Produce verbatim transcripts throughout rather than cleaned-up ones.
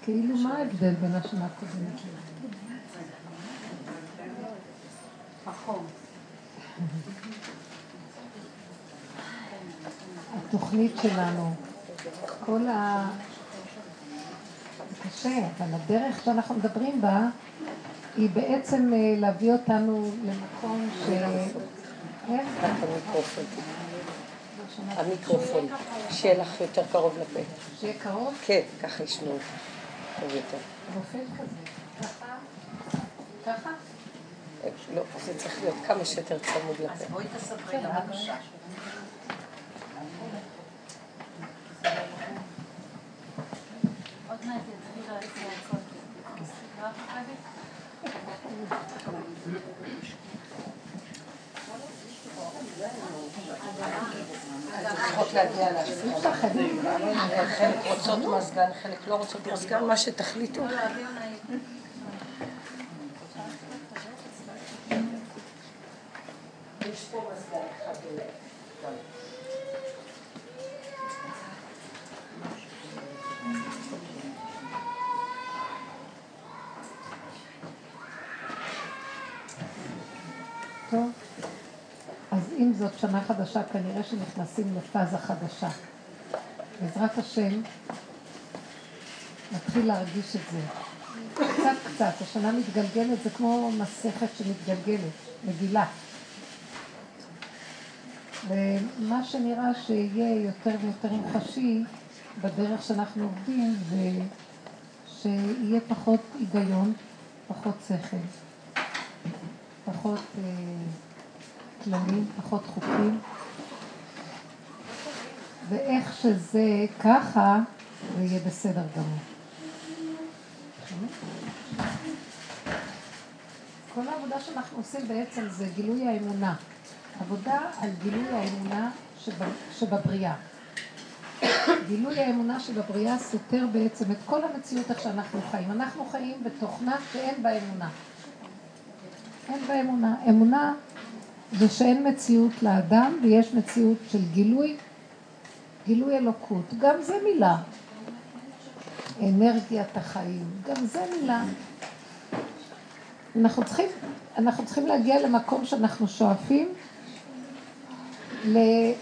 כאילו מה ההבדל בין השנה הקודמת? החום. התוכנית שלנו, כל ה... זה קשה, אבל הדרך שאנחנו מדברים בה, היא בעצם להביא אותנו למקום ש... המיקרופון. המיקרופון. שיהיה לך יותר קרוב לפה. שיהיה קרוב? כן, ככה ישמעו. טוב יותר. נופל כזה. ככה? ככה? לא, זה צריך להיות כמה שיותר צמוד לפה. אז בואי תספרי לה בבקשה. עוד מעט יתחיל הצעקות. צריכות להגיע להשפיע. חלק רוצות מזגן, חלק לא רוצות מזגן, מה שתחליטו. יש פה מזגן אחד גם. טוב, אז אם זאת שנה חדשה, כנראה שנכנסים לפאזה חדשה. בעזרת השם, נתחיל להרגיש את זה. קצת קצת, השנה מתגלגלת, זה כמו מסכת שמתגלגלת, מגילה. ומה שנראה שיהיה יותר ויותר מוחשי בדרך שאנחנו עובדים, ושיהיה פחות היגיון, פחות שכל. פחות אה, כללים, פחות חוקים, ואיך שזה ככה, זה יהיה בסדר גמור. כל העבודה שאנחנו עושים בעצם זה גילוי האמונה. עבודה על גילוי האמונה שבבריאה. גילוי האמונה שבבריאה סותר בעצם את כל המציאות איך שאנחנו חיים. אנחנו חיים בתוכנה שאין בה אמונה. אין בה אמונה. אמונה זה שאין מציאות לאדם ויש מציאות של גילוי, גילוי אלוקות. גם זה מילה. אנרגיית החיים. גם זה מילה. אנחנו צריכים, אנחנו צריכים להגיע למקום שאנחנו שואפים ל...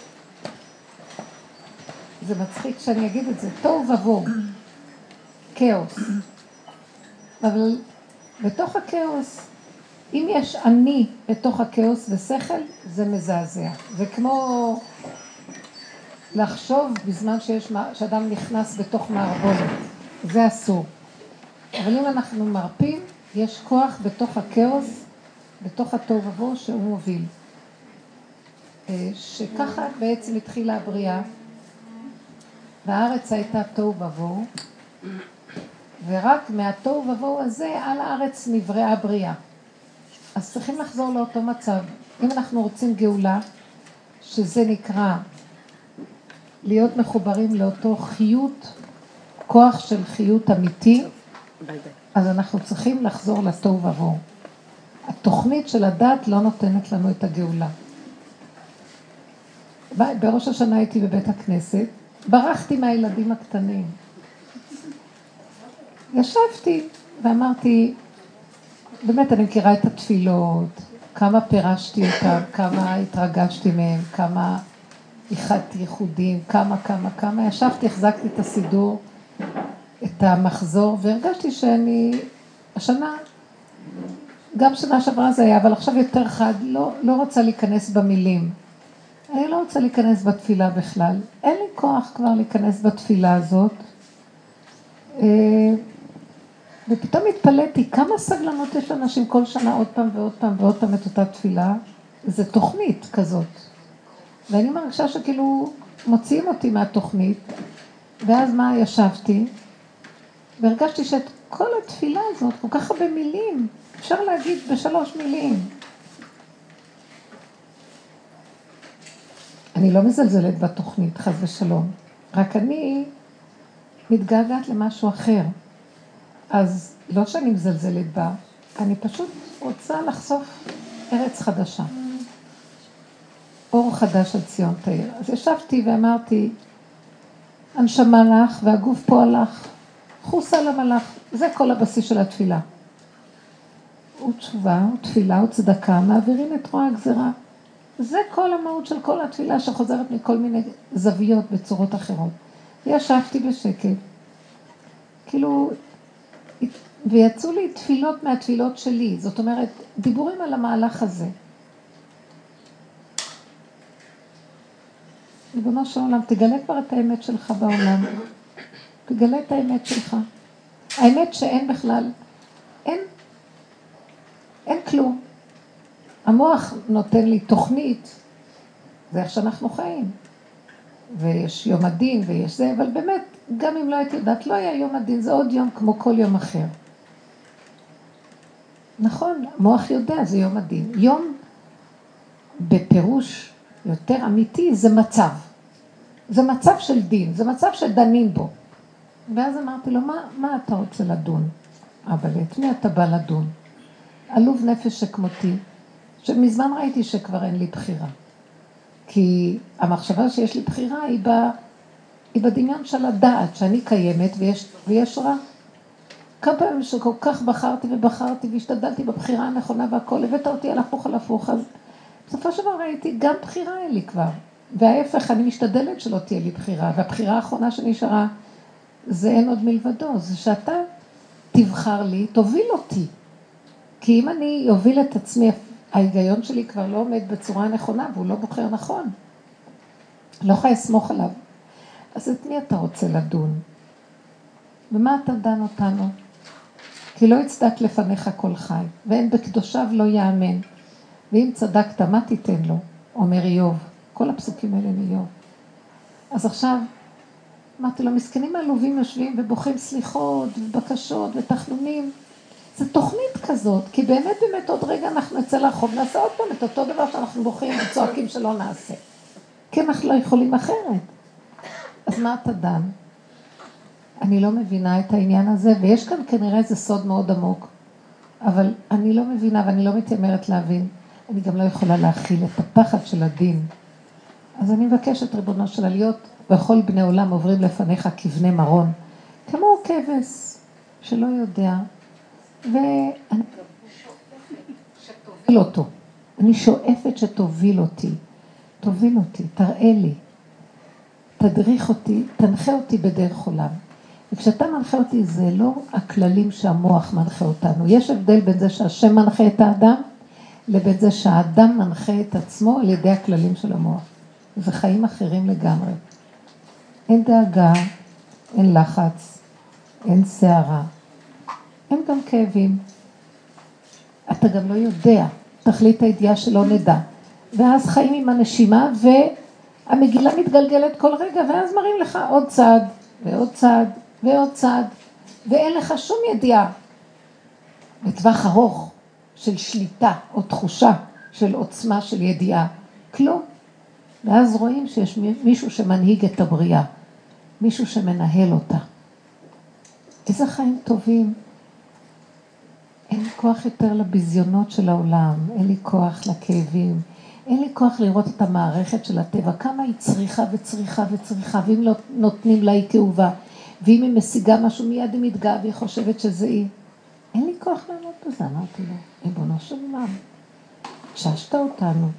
זה מצחיק שאני אגיד את זה, תוהו ובוהו, כאוס. אבל בתוך הכאוס, אם יש אני בתוך הכאוס ושכל, זה מזעזע. זה כמו לחשוב בזמן שיש, שאדם נכנס בתוך מערבולת. זה אסור. אבל אם אנחנו מרפים, יש כוח בתוך הכאוס, בתוך התוהו ובוהו שהוא מוביל. שככה בעצם התחילה הבריאה, והארץ הייתה תוהו ובוהו, ורק מהתוהו ובוהו הזה על הארץ נבראה בריאה. אז צריכים לחזור לאותו מצב. אם אנחנו רוצים גאולה, שזה נקרא להיות מחוברים לאותו חיות, כוח של חיות אמיתי, אז אנחנו צריכים לחזור לתוהו ובוהו. התוכנית של הדת לא נותנת לנו את הגאולה. בראש השנה הייתי בבית הכנסת, ברחתי מהילדים הקטנים. ישבתי ואמרתי, באמת אני מכירה את התפילות, כמה פירשתי אותם, כמה התרגשתי מהם, כמה איחדתי ייחודים, כמה, כמה, כמה. ישבתי, החזקתי את הסידור, את המחזור, והרגשתי שאני, השנה, גם שנה שעברה זה היה, אבל עכשיו יותר חד, לא, לא רוצה להיכנס במילים. אני לא רוצה להיכנס בתפילה בכלל. אין לי כוח כבר להיכנס בתפילה הזאת. ופתאום התפלאתי, כמה סגלנות יש לאנשים כל שנה עוד פעם ועוד פעם ועוד פעם את אותה תפילה. זה תוכנית כזאת. ואני מרגישה שכאילו מוציאים אותי מהתוכנית, ואז מה ישבתי, והרגשתי שאת כל התפילה הזאת, כל כך הרבה מילים, אפשר להגיד בשלוש מילים. אני לא מזלזלת בתוכנית, חס ושלום. רק אני מתגעגעת למשהו אחר. אז לא שאני מזלזלת בה, אני פשוט רוצה לחשוף ארץ חדשה. אור חדש על ציון תאיר. אז ישבתי ואמרתי, הנשמה לך והגוף פה הלך. חוסה למלאך, זה כל הבסיס של התפילה. הוא תשובה, הוא תפילה, הוא צדקה, מעבירים את רוע הגזרה. זה כל המהות של כל התפילה שחוזרת מכל מיני זוויות בצורות אחרות. ישבתי בשקט, כאילו, ויצאו לי תפילות מהתפילות שלי, זאת אומרת, דיבורים על המהלך הזה. ריבונו של עולם, תגלה כבר את האמת שלך בעולם. תגלה את האמת שלך. האמת שאין בכלל, אין, אין כלום. המוח נותן לי תוכנית, זה איך שאנחנו חיים. ויש יום הדין ויש זה, אבל באמת, גם אם לא הייתי יודעת, לא היה יום הדין, זה עוד יום כמו כל יום אחר. נכון, המוח יודע, זה יום הדין. יום בפירוש יותר אמיתי, זה מצב. זה מצב של דין, זה מצב שדנים בו. ואז אמרתי לו, מה, מה אתה רוצה לדון? אבל את מי אתה בא לדון? עלוב נפש שכמותי, שמזמן ראיתי שכבר אין לי בחירה. כי המחשבה שיש לי בחירה היא, ב, היא בדמיון של הדעת, שאני קיימת ויש, ויש רע. כמה פעמים שכל כך בחרתי ובחרתי והשתדלתי בבחירה הנכונה והכל, הבאת אותי על הפוך על הפוך, אז בסופו של דבר ראיתי, גם בחירה אין לי כבר. וההפך, אני משתדלת שלא תהיה לי בחירה, והבחירה האחרונה שנשארה, זה אין עוד מלבדו, זה שאתה תבחר לי, תוביל אותי. כי אם אני אוביל את עצמי, ההיגיון שלי כבר לא עומד בצורה הנכונה, והוא לא בוחר נכון. לא יכולה לסמוך עליו. אז את מי אתה רוצה לדון? ומה אתה דן אותנו? כי לא יצדק לפניך כל חי, ואין בקדושיו לא יאמן. ואם צדקת, מה תיתן לו? אומר איוב. כל הפסוקים האלה מאיוב. אז עכשיו, אמרתי לו, מסכנים העלובים יושבים ובוכים סליחות ובקשות ותחלומים. זה תוכנית כזאת, כי באמת באמת עוד רגע אנחנו נצא לרחוב, נעשה עוד פעם את אותו דבר שאנחנו בוכים וצועקים שלא נעשה. כי אנחנו לא יכולים אחרת. אז מה אתה דן? אני לא מבינה את העניין הזה, ויש כאן כנראה איזה סוד מאוד עמוק, אבל אני לא מבינה ואני לא מתיימרת להבין. אני גם לא יכולה להכיל את הפחד של הדין. אז אני מבקשת, ריבונו של עליות, וכל בני עולם עוברים לפניך כבני מרון, כמו כבש שלא יודע, ואני שתוביל אותו. אני שואפת שתוביל אותי, תוביל אותי, תראה לי, תדריך אותי, תנחה אותי בדרך עולם. וכשאתה מנחה אותי, זה לא הכללים שהמוח מנחה אותנו. יש הבדל בין זה שהשם מנחה את האדם, לבין זה שהאדם מנחה את עצמו על ידי הכללים של המוח. זה חיים אחרים לגמרי. אין דאגה, אין לחץ, אין שערה, אין גם כאבים. אתה גם לא יודע, תכלית הידיעה שלא נדע. ואז חיים עם הנשימה, והמגילה מתגלגלת כל רגע, ואז מראים לך עוד צעד, ועוד צעד, ועוד צעד, ואין לך שום ידיעה. בטווח ארוך של שליטה או תחושה של עוצמה של ידיעה, כלום. ואז רואים שיש מישהו שמנהיג את הבריאה, מישהו שמנהל אותה. איזה חיים טובים. אין לי כוח יותר לביזיונות של העולם, אין לי כוח לכאבים, אין לי כוח לראות את המערכת של הטבע, כמה היא צריכה וצריכה וצריכה, ואם לא נותנים לה היא כאובה, ואם היא משיגה משהו מיד היא מתגאה והיא חושבת שזה היא. אין לי כוח לעמוד בזה, אמרתי לו, ריבונו של עולם, תששת אותנו.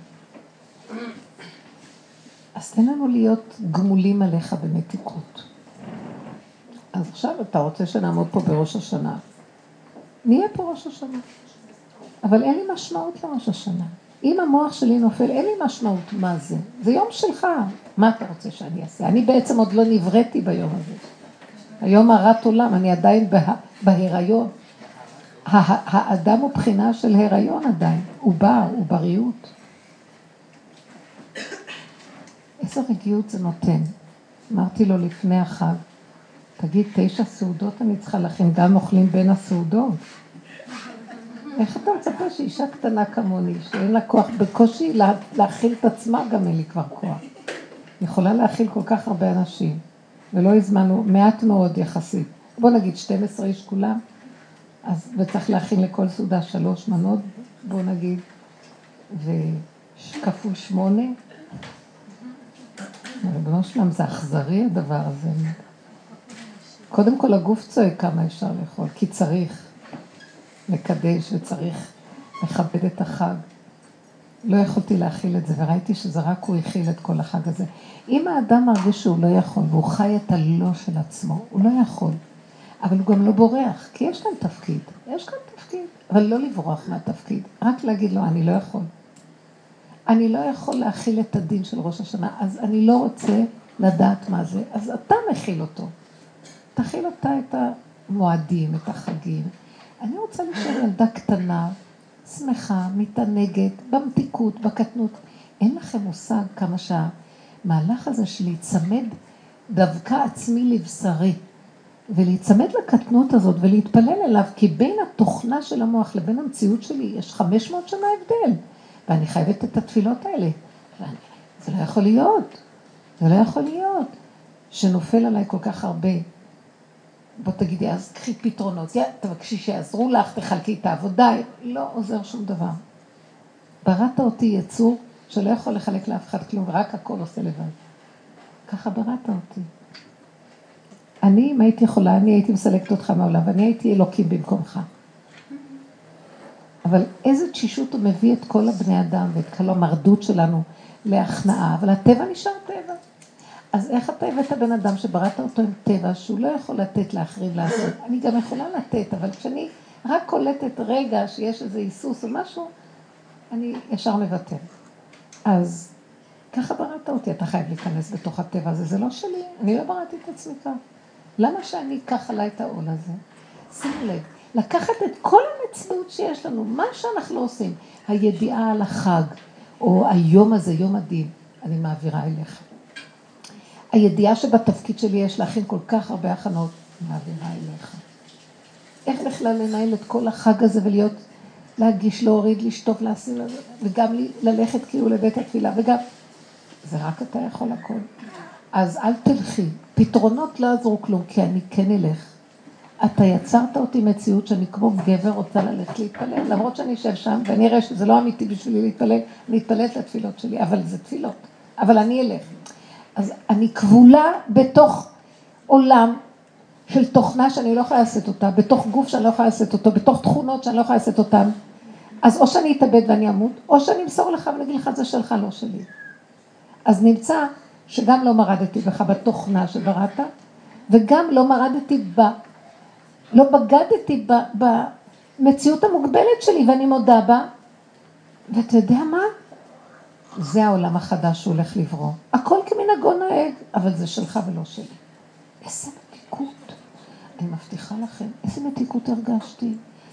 אז תן לנו להיות גמולים עליך במתיקות. אז עכשיו אתה רוצה שנעמוד פה בראש השנה. נהיה פה ראש השנה. אבל אין לי משמעות לראש השנה. אם המוח שלי נופל, אין לי משמעות מה זה. זה יום שלך. מה אתה רוצה שאני אעשה? אני בעצם עוד לא נבראתי ביום הזה. היום הרת עולם, אני עדיין בה, בהיריון. האדם הוא בחינה של הריון עדיין. הוא בא, הוא בריות. איזו רגיעות זה נותן. אמרתי לו לפני החג, תגיד, תשע סעודות אני צריכה לכם, גם אוכלים בין הסעודות. איך אתה מצפה שאישה קטנה כמוני, שאין לה כוח בקושי לה, להכיל את עצמה, גם אין לי כבר כוח. יכולה להכיל כל כך הרבה אנשים, ולא הזמנו, מעט מאוד יחסית. בוא נגיד, שתים עשרה איש כולם, אז וצריך להכיל לכל סעודה שלוש מנות, בוא נגיד, וכפול שמונה. ריבונו שלם, זה אכזרי הדבר הזה. קודם כל הגוף צועק כמה אפשר לאכול, כי צריך לקדש וצריך לכבד את החג. לא יכולתי להכיל את זה, וראיתי שזה רק הוא הכיל את כל החג הזה. אם האדם מרגיש שהוא לא יכול, והוא חי את הלא של עצמו, הוא לא יכול. אבל הוא גם לא בורח, כי יש כאן תפקיד. יש כאן תפקיד, אבל לא לברוח מהתפקיד. רק להגיד לו, אני לא יכול. אני לא יכול להכיל את הדין של ראש השנה, אז אני לא רוצה לדעת מה זה. אז אתה מכיל אותו. תכיל אותה את המועדים, את החגים. אני רוצה להישאר ילדה קטנה, שמחה, מתענגת, במתיקות, בקטנות. אין לכם מושג כמה שהמהלך הזה של להיצמד דווקא עצמי לבשרי, ולהיצמד לקטנות הזאת ולהתפלל אליו, כי בין התוכנה של המוח לבין המציאות שלי יש חמש מאות שנה הבדל, ואני חייבת את התפילות האלה. זה לא יכול להיות, זה לא יכול להיות, שנופל עליי כל כך הרבה. בוא תגידי, אז קחי פתרונות, תבקשי שיעזרו לך, תחלקי את העבודה, לא עוזר שום דבר. בראת אותי יצור שלא יכול לחלק לאף אחד כלום, ורק הכל עושה לבד. ככה בראת אותי. אני, אם הייתי יכולה, אני הייתי מסלקת אותך מהעולם, ואני הייתי אלוקים במקומך. אבל איזה תשישות הוא מביא את כל הבני אדם, ואת כל המרדות שלנו להכנעה, אבל הטבע נשאר טבע. אז איך אתה הבאת בן אדם שבראת אותו עם טבע, שהוא לא יכול לתת לאחרים לעשות? אני גם יכולה לתת, אבל כשאני רק קולטת רגע שיש איזה היסוס או משהו, אני ישר מבטל. אז ככה בראת אותי, אתה חייב להיכנס בתוך הטבע הזה, זה לא שלי, אני לא בראתי את עצמי כך. למה שאני אקח עליי את העול הזה? שימו לב, לקחת את כל המציאות שיש לנו, מה שאנחנו לא עושים, הידיעה על החג, או היום הזה, יום הדין, אני מעבירה אליך. הידיעה שבתפקיד שלי יש להכין כל כך הרבה הכנות, מעבירה אליך. איך בכלל לנהל את כל החג הזה ולהיות, להגיש, להוריד, לשטוף, להשים, וגם ללכת כאילו לבית התפילה, וגם, זה רק אתה יכול הכל. אז אל תלכי, פתרונות לא עזרו כלום, כי אני כן אלך. אתה יצרת אותי מציאות שאני כמו גבר רוצה ללכת להתפלל, למרות שאני אשב שם, ואני אראה שזה לא אמיתי בשבילי להתפלל, אני אתפלט לתפילות שלי, אבל זה תפילות, אבל אני אלך. אז אני כבולה בתוך עולם של תוכנה שאני לא יכולה לעשות אותה, בתוך גוף שאני לא יכולה לעשות אותו, בתוך תכונות שאני לא יכולה לעשות אותן. אז או שאני אתאבד ואני אמות, או שאני אמסור לך ונגיד לך, זה שלך, לא שלי. אז נמצא שגם לא מרדתי בך בתוכנה שבראת, וגם לא מרדתי ב... לא בגדתי ב... במציאות המוגבלת שלי, ואני מודה בה. ואתה יודע מה? זה העולם החדש שהוא הולך לברוא. הכל כמנהגו נוהג, אבל זה שלך ולא שלי. איזה מתיקות. אני מבטיחה לכם, איזה מתיקות הרגשתי.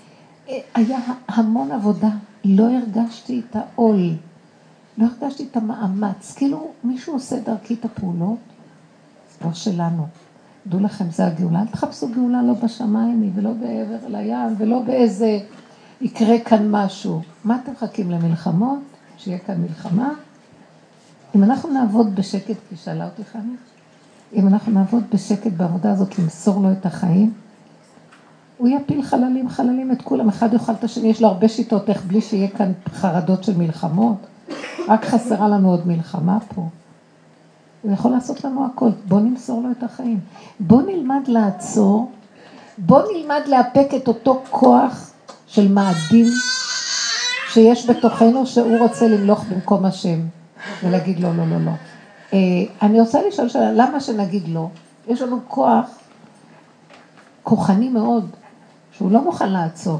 היה המון עבודה, לא הרגשתי את העול, לא הרגשתי את המאמץ. כאילו מישהו עושה דרכי את הפעולות, זה לא שלנו. דעו לכם, זה הגאולה. אל תחפשו גאולה לא בשמיים ולא בעבר לים ולא באיזה יקרה כאן משהו. מה אתם חכים למלחמות? שיהיה כאן מלחמה? אם אנחנו נעבוד בשקט, כי שאלה אותי חני, אם אנחנו נעבוד בשקט בעבודה הזאת, למסור לו את החיים, הוא יפיל חללים, חללים את כולם, אחד יאכל את השני, יש לו הרבה שיטות, איך בלי שיהיה כאן חרדות של מלחמות, רק חסרה לנו עוד מלחמה פה. הוא יכול לעשות לנו הכל, בוא נמסור לו את החיים, בוא נלמד לעצור, בוא נלמד להפק את אותו כוח של מאדים, שיש בתוכנו שהוא רוצה למלוך במקום השם, ולהגיד לא, לא, לא, לא. אני רוצה לשאול שאלה, למה שנגיד לא? יש לנו כוח כוחני מאוד, שהוא לא מוכן לעצור.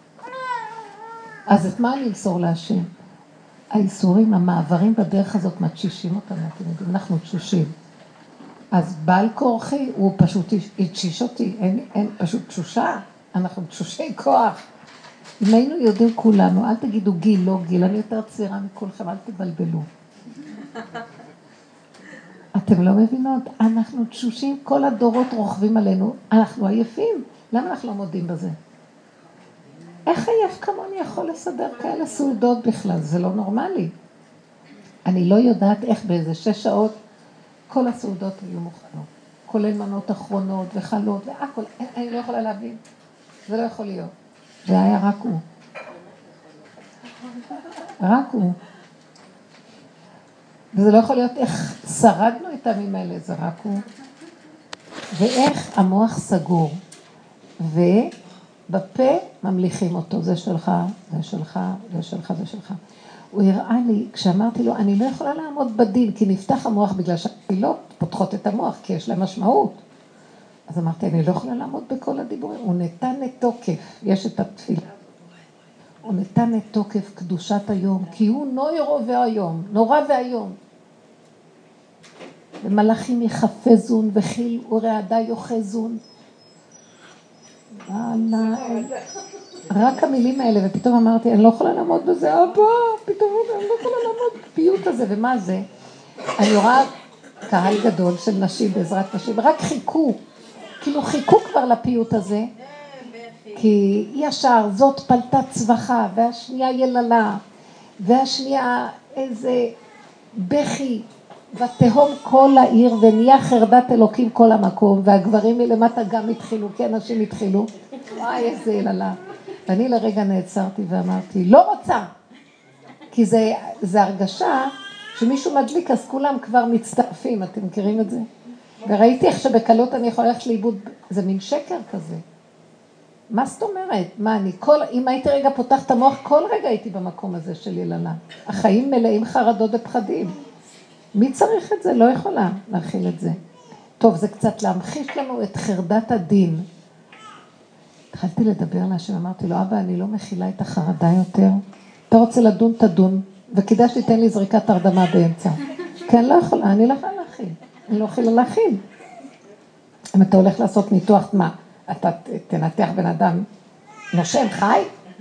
אז את מה אני אמסור להשם? האיסורים, המעברים בדרך הזאת מתשישים אותנו, אתם יודעים, אנחנו תשושים. אז בעל כורחי הוא פשוט התשיש אותי, אין, אין פשוט תשושה, אנחנו תשושי כוח. אם היינו יודעים כולנו, אל תגידו גיל, לא גיל, אני יותר צעירה מכולכם, אל תבלבלו. אתם לא מבינות, אנחנו תשושים, כל הדורות רוכבים עלינו, אנחנו עייפים, למה אנחנו לא מודים בזה? איך עייף כמוני יכול לסדר כאלה סעודות בכלל? זה לא נורמלי. אני לא יודעת איך באיזה שש שעות כל הסעודות היו מוכנות, כולל מנות אחרונות וחלות והכל, אני לא יכולה להבין, זה לא יכול להיות. זה היה רק הוא. רק הוא. וזה לא יכול להיות איך שרדנו את הימים האלה, זה רק הוא. ואיך המוח סגור, ובפה ממליכים אותו, זה שלך, זה שלך, זה שלך, זה שלך. הוא הראה לי, כשאמרתי לו, אני לא יכולה לעמוד בדין, כי נפתח המוח בגלל שהתפילות פותחות את המוח, כי יש להם משמעות. אז אמרתי, אני לא יכולה לעמוד בכל הדיבורים. הוא נתן את תוקף, יש את התפילה. הוא נתן את תוקף קדושת היום, כי הוא נוירו והיום, נורא והיום. ומלאכים יחפזון, וחיל ורעדה יוחזון. רק המילים האלה, ופתאום אמרתי, אני לא יכולה לעמוד בזה, אבא, פתאום אני לא יכולה לעמוד בפיוט הזה, ומה זה? אני רואה קהל גדול של נשים, בעזרת נשים, רק חיכו, כאילו חיכו כבר לפיוט הזה, כי ישר זאת פלטה צווחה, והשנייה יללה, והשנייה איזה בכי, ותהום כל העיר, ונהיה חרדת אלוקים כל המקום, והגברים מלמטה גם התחילו, כי אנשים התחילו, וואי איזה יללה. ואני לרגע נעצרתי ואמרתי, לא רוצה, כי זה, זה הרגשה שמישהו מדליק, אז כולם כבר מצטרפים, אתם מכירים את זה? וראיתי איך שבקלות אני יכולה ללכת לאיבוד, זה מין שקר כזה. מה זאת אומרת? מה אני, כל, אם הייתי רגע פותח את המוח, כל רגע הייתי במקום הזה של יללה. החיים מלאים חרדות ופחדים. מי צריך את זה? לא יכולה להכיל את זה. טוב, זה קצת להמחיש לנו את חרדת הדין. התחלתי לדבר להשם, אמרתי לו, אבא, אני לא מכילה את החרדה יותר. אתה רוצה לדון, תדון, וכדאי שתיתן לי זריקת הרדמה באמצע. כי אני לא יכולה, אני לא יכולה להכיל. אני לא יכולה להכיל. אם אתה הולך לעשות ניתוח, מה? אתה תנתח בן אדם נושם חי?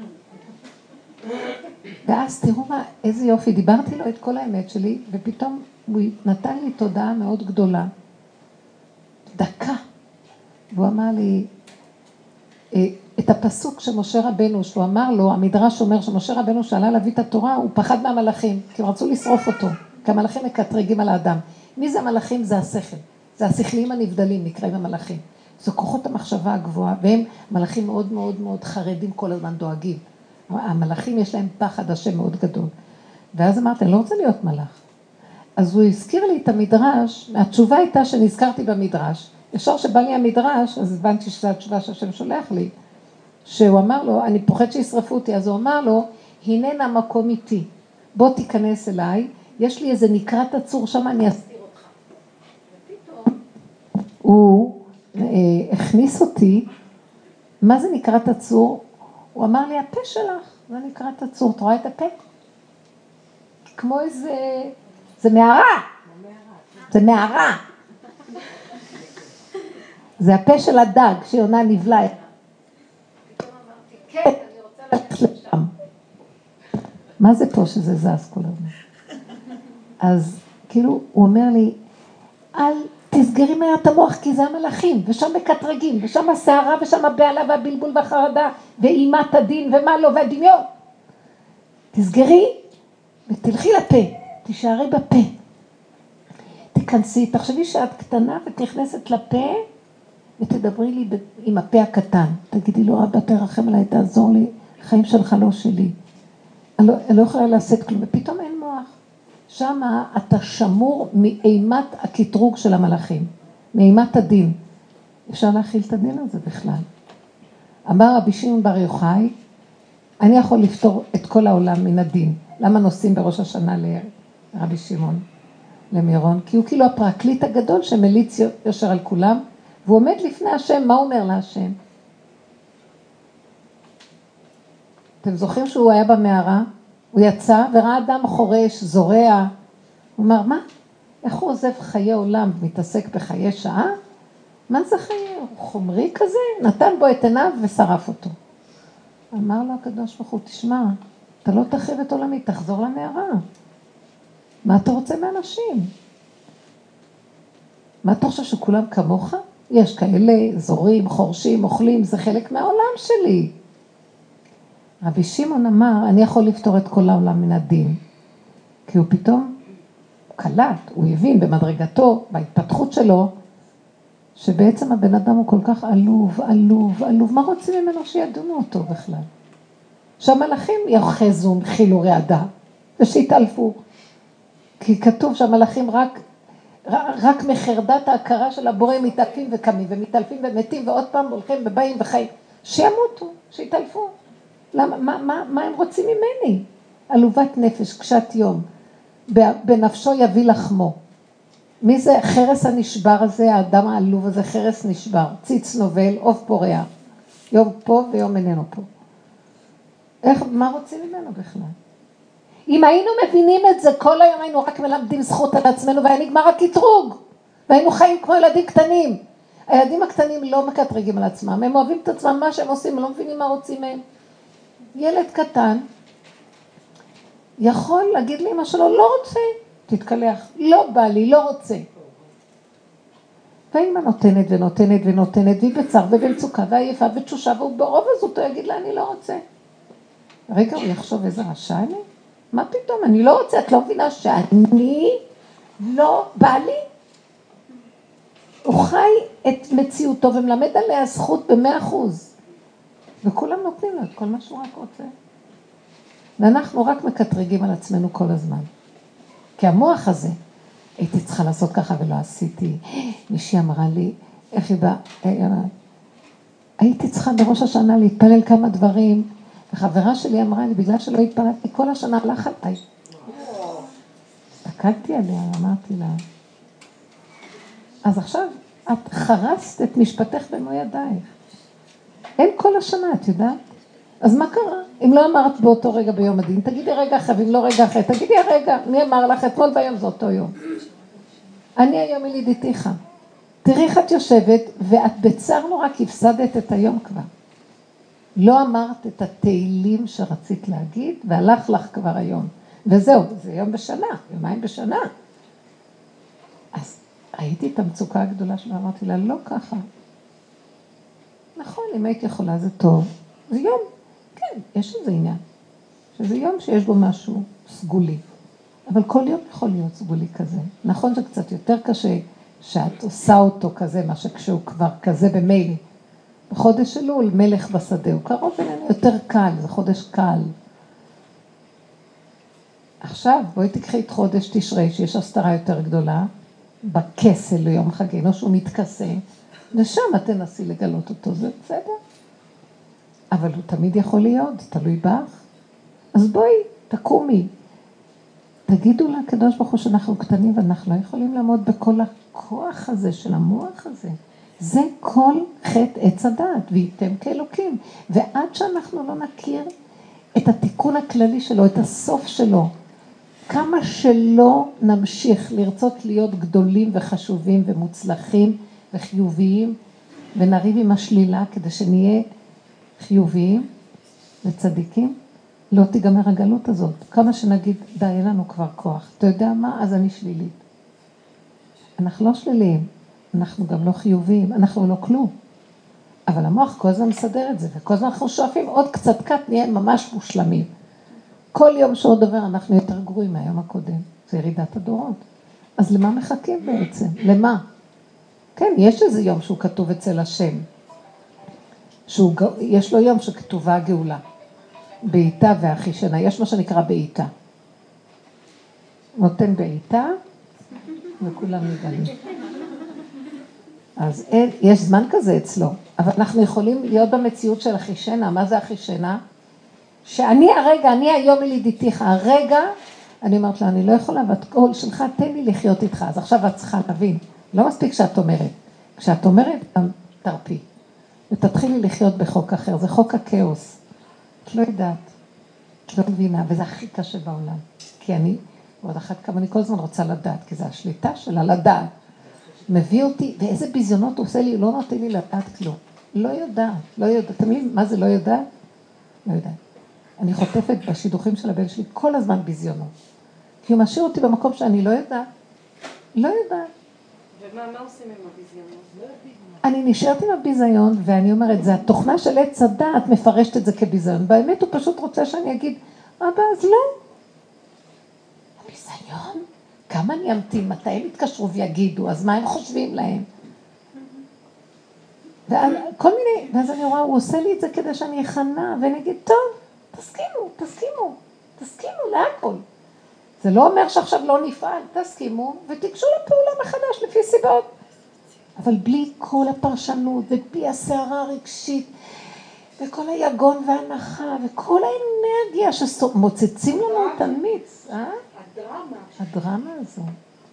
ואז תראו מה, איזה יופי, דיברתי לו את כל האמת שלי, ופתאום הוא נתן לי תודעה מאוד גדולה. דקה. והוא אמר לי, את הפסוק שמשה רבנו, שהוא אמר לו, המדרש אומר שמשה רבנו שעלה להביא את התורה, הוא פחד מהמלאכים, כי הם רצו לשרוף אותו, כי המלאכים מקטרגים על האדם. מי זה המלאכים? זה השכל. זה השכליים הנבדלים, נקראים המלאכים. זה כוחות המחשבה הגבוהה, והם מלאכים מאוד מאוד מאוד חרדים כל הזמן דואגים. המלאכים יש להם פחד השם מאוד גדול. ואז אמרתי, אני לא רוצה להיות מלאך. אז הוא הזכיר לי את המדרש, התשובה הייתה שנזכרתי במדרש, ישר שבא לי המדרש, אז הבנתי שזו התשובה שהשם שולח לי, שהוא אמר לו, אני פוחד שישרפו אותי, אז הוא אמר לו, הננה מקום איתי, בוא תיכנס אליי, יש לי איזה נקרת עצור שם, אני אסתיר אותך. ופתאום הוא אה, הכניס אותי, מה זה נקרת עצור? הוא אמר לי, הפה שלך, זה נקרת עצור, אתה רואה את הפה? כמו איזה, זה מערה, זה מערה. זה הפה של הדג שיונה נבלה. פתאום אמרתי, כן, אני רוצה ללכת לשם. מה זה פה שזה זז כל הזמן? אז כאילו הוא אומר לי, אל תסגרי מהר את המוח כי זה המלאכים, ושם מקטרגים, ושם השערה, ושם הבעלה והבלבול והחרדה, ואימת הדין ומה לא, והדמיון. תסגרי ותלכי לפה, תישארי בפה. תכנסי, תחשבי שאת קטנה ותכנסת לפה, ותדברי לי עם הפה הקטן. תגידי לו, אבא תרחם עליי, תעזור לי, החיים שלך לא שלי. אני לא, אני לא יכולה לעשות כלום, ופתאום אין מוח. שמה אתה שמור מאימת הקטרוג של המלאכים, מאימת הדין. אפשר להכיל את הדין הזה בכלל. אמר רבי שמעון בר יוחאי, אני יכול לפתור את כל העולם מן הדין. למה נוסעים בראש השנה לרבי שמעון, למירון? כי הוא כאילו הפרקליט הגדול שמליץ יושר על כולם, והוא עומד לפני השם, מה הוא אומר להשם? אתם זוכרים שהוא היה במערה? הוא יצא וראה אדם חורש, זורע. הוא אמר, מה? איך הוא עוזב חיי עולם ומתעסק בחיי שעה? מה זה חיי? הוא חומרי כזה? נתן בו את עיניו ושרף אותו. אמר לו הקדוש ברוך הוא, תשמע, אתה לא תחריב את עולמי, תחזור למערה. מה אתה רוצה מאנשים? מה אתה חושב שכולם כמוך? יש כאלה זורים, חורשים, אוכלים, זה חלק מהעולם שלי. רבי שמעון אמר, אני יכול לפתור את כל העולם מן הדין. כי הוא פתאום קלט, הוא הבין במדרגתו, בהתפתחות שלו, שבעצם הבן אדם הוא כל כך עלוב, עלוב, עלוב. מה רוצים ממנו שידונו אותו בכלל? שהמלאכים יוחזו, חילו רעדה, ושיתעלפו. כי כתוב שהמלאכים רק רק מחרדת ההכרה של הבורא מתעלפים וקמים ומתעלפים ומתים ועוד פעם הולכים ובאים וחיים. שימותו, שיתעלפו. למה, מה, מה, מה הם רוצים ממני? עלובת נפש, קשת יום. בנפשו יביא לחמו. מי זה חרס הנשבר הזה, האדם העלוב הזה, חרס נשבר. ציץ נובל, עוף פורח. יום פה ויום איננו פה. איך, מה רוצים ממנו בכלל? אם היינו מבינים את זה, כל היום היינו רק מלמדים זכות על עצמנו, והיה נגמר הקטרוג, והיינו חיים כמו ילדים קטנים. הילדים הקטנים לא מקטרגים על עצמם, הם אוהבים את עצמם, מה שהם עושים, הם לא מבינים מה רוצים מהם. ילד קטן יכול להגיד לאמא שלו, לא רוצה, תתקלח, לא בא לי, לא רוצה. ואמא נותנת ונותנת ונותנת, והיא בצער ובמצוקה ועייפה ותשושה, והוא ברוב הזאת הוא יגיד לה, אני לא רוצה. רגע, הוא יחשוב איזה רשע אני? מה פתאום? אני לא רוצה, את לא מבינה שאני לא בא לי? הוא חי את מציאותו ומלמד עליה זכות במאה אחוז. וכולם נותנים לו את כל מה שהוא רק רוצה. ואנחנו רק מקטרגים על עצמנו כל הזמן. כי המוח הזה, הייתי צריכה לעשות ככה ולא עשיתי. מישהי אמרה לי, איך היא באה? הייתי צריכה בראש השנה להתפלל כמה דברים. וחברה שלי אמרה לי, בגלל שלא התפללתי, כל השנה הלך עליי. הסתכלתי עליה, אמרתי לה, אז עכשיו את חרסת את משפטך במו ידייך. אין כל השנה, את יודעת? אז מה קרה? אם לא אמרת באותו רגע ביום הדין, תגידי רגע אחרי, ואם לא רגע אחרי, תגידי הרגע, מי אמר לך אתמול ביום זה אותו יום. אני היום ילידיתיך. תראי איך את יושבת, ואת בצער נורא כי הפסדת את היום כבר. לא אמרת את התהילים שרצית להגיד, והלך לך כבר היום. וזהו, זה יום בשנה, יומיים בשנה. אז ראיתי את המצוקה הגדולה שלה, אמרתי לה, לא ככה. נכון, אם הייתי יכולה, זה טוב. זה יום, כן, יש איזה עניין. שזה יום שיש בו משהו סגולי. אבל כל יום יכול להיות סגולי כזה. נכון שקצת יותר קשה שאת עושה אותו כזה, מה שכשהוא כבר כזה במיילי. בחודש אלול, מלך בשדה, הוא קרוב אלינו יותר קל, זה חודש קל. עכשיו, בואי תקחי את חודש תשרי, שיש הסתרה יותר גדולה, בכסל ליום חגינו, שהוא מתכסה, ושם תנסי לגלות אותו, זה בסדר. אבל הוא תמיד יכול להיות, תלוי בך. אז בואי, תקומי. תגידו לקדוש ברוך הוא שאנחנו קטנים, ואנחנו לא יכולים לעמוד בכל הכוח הזה של המוח הזה. זה כל חטא עץ הדעת, וייתם כאלוקים. ועד שאנחנו לא נכיר את התיקון הכללי שלו, את הסוף שלו, כמה שלא נמשיך לרצות להיות גדולים וחשובים ומוצלחים וחיוביים, ונריב עם השלילה כדי שנהיה חיוביים וצדיקים, לא תיגמר הגלות הזאת. כמה שנגיד, די, אין לנו כבר כוח. אתה יודע מה? אז אני שלילית. אנחנו לא שליליים. אנחנו גם לא חיוביים, אנחנו לא כלום. אבל המוח כל הזמן מסדר את זה, וכל הזמן אנחנו שואפים עוד קצת קט, נהיה ממש מושלמים. כל יום שעוד עובר אנחנו יותר גרועים מהיום הקודם. זה ירידת הדורות. אז למה מחכים בעצם? למה? כן, יש איזה יום שהוא כתוב אצל השם. שהוא, יש לו יום שכתובה הגאולה. בעיתה והחישנה. יש מה שנקרא בעיתה. נותן בעיתה, וכולם נגלים. אז אין, יש זמן כזה אצלו, אבל אנחנו יכולים להיות במציאות של החישנה. מה זה החישנה? שאני הרגע, אני היום ילידיתיך, הרגע, אני אומרת לה, אני לא יכולה, ואת קול שלך, תן לי לחיות איתך. אז עכשיו את צריכה להבין, לא מספיק שאת אומרת. כשאת אומרת, גם תרפי. ותתחילי לחיות בחוק אחר, זה חוק הכאוס. את לא יודעת, את לא מבינה, וזה הכי קשה בעולם. כי אני, ועוד אחת כמה אני כל הזמן רוצה לדעת, כי זה השליטה שלה לדעת. מביא אותי, ואיזה ביזיונות הוא עושה לי, הוא לא נותן לי לדעת כלום. לא יודעת, לא יודעת. אתם יודעים מה זה לא יודעת? לא יודעת. אני חוטפת בשידוכים של הבן שלי כל הזמן ביזיונות. כי הוא משאיר אותי במקום שאני לא יודעת. לא יודעת. ומה מה עושים עם הביזיונות? אני נשארת עם הביזיון, ואני אומרת, זה התוכנה של עץ הדעת מפרשת את זה כביזיון. באמת הוא פשוט רוצה שאני אגיד, אבא, אז לא. הביזיון? כמה אני אמתין, מתי הם יתקשרו ויגידו, אז מה הם חושבים להם? וכל מיני, ואז אני רואה, הוא עושה לי את זה כדי שאני אכנה, ואני אגיד, טוב, תסכימו, תסכימו, תסכימו להכל. זה לא אומר שעכשיו לא נפעל, תסכימו ותיגשו לפעולה מחדש לפי סיבות. אבל בלי כל הפרשנות ובלי הסערה הרגשית וכל היגון והנחה וכל האנרגיה שמוצצים לנו את המיץ. אה? הדרמה. הדרמה הזו.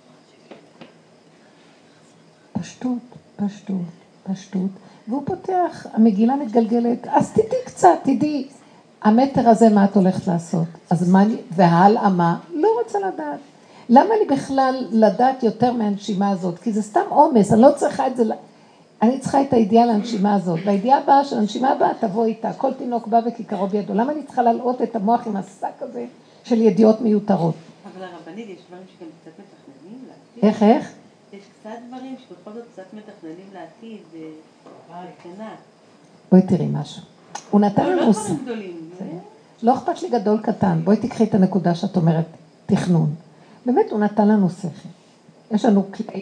פשטות, פשטות, פשטות. והוא פותח, המגילה מתגלגלת, אז תדעי קצת, תדעי. המטר הזה מה את הולכת לעשות? אז מה, והלאה מה? לא רוצה לדעת. למה לי בכלל לדעת יותר מהנשימה הזאת? כי זה סתם עומס, אני לא צריכה את זה, אני צריכה את הידיעה לנשימה הזאת. והידיעה הבאה של הנשימה הבאה תבוא איתה, כל תינוק בא וכיכרו בידו. למה אני צריכה להלאות את המוח עם השק הזה של ידיעות מיותרות? אבל הרבנית, יש דברים שגם קצת מתכננים לעתיד. איך, איך? יש קצת דברים שבכל זאת קצת מתכננים לעתיד, וכנה. בואי תראי משהו. הוא נתן לנו... לא דברים גדולים. לא אכפת לי גדול קטן, בואי תקחי את הנקודה שאת אומרת, תכנון. באמת הוא נתן לנו שכל. יש לנו כלי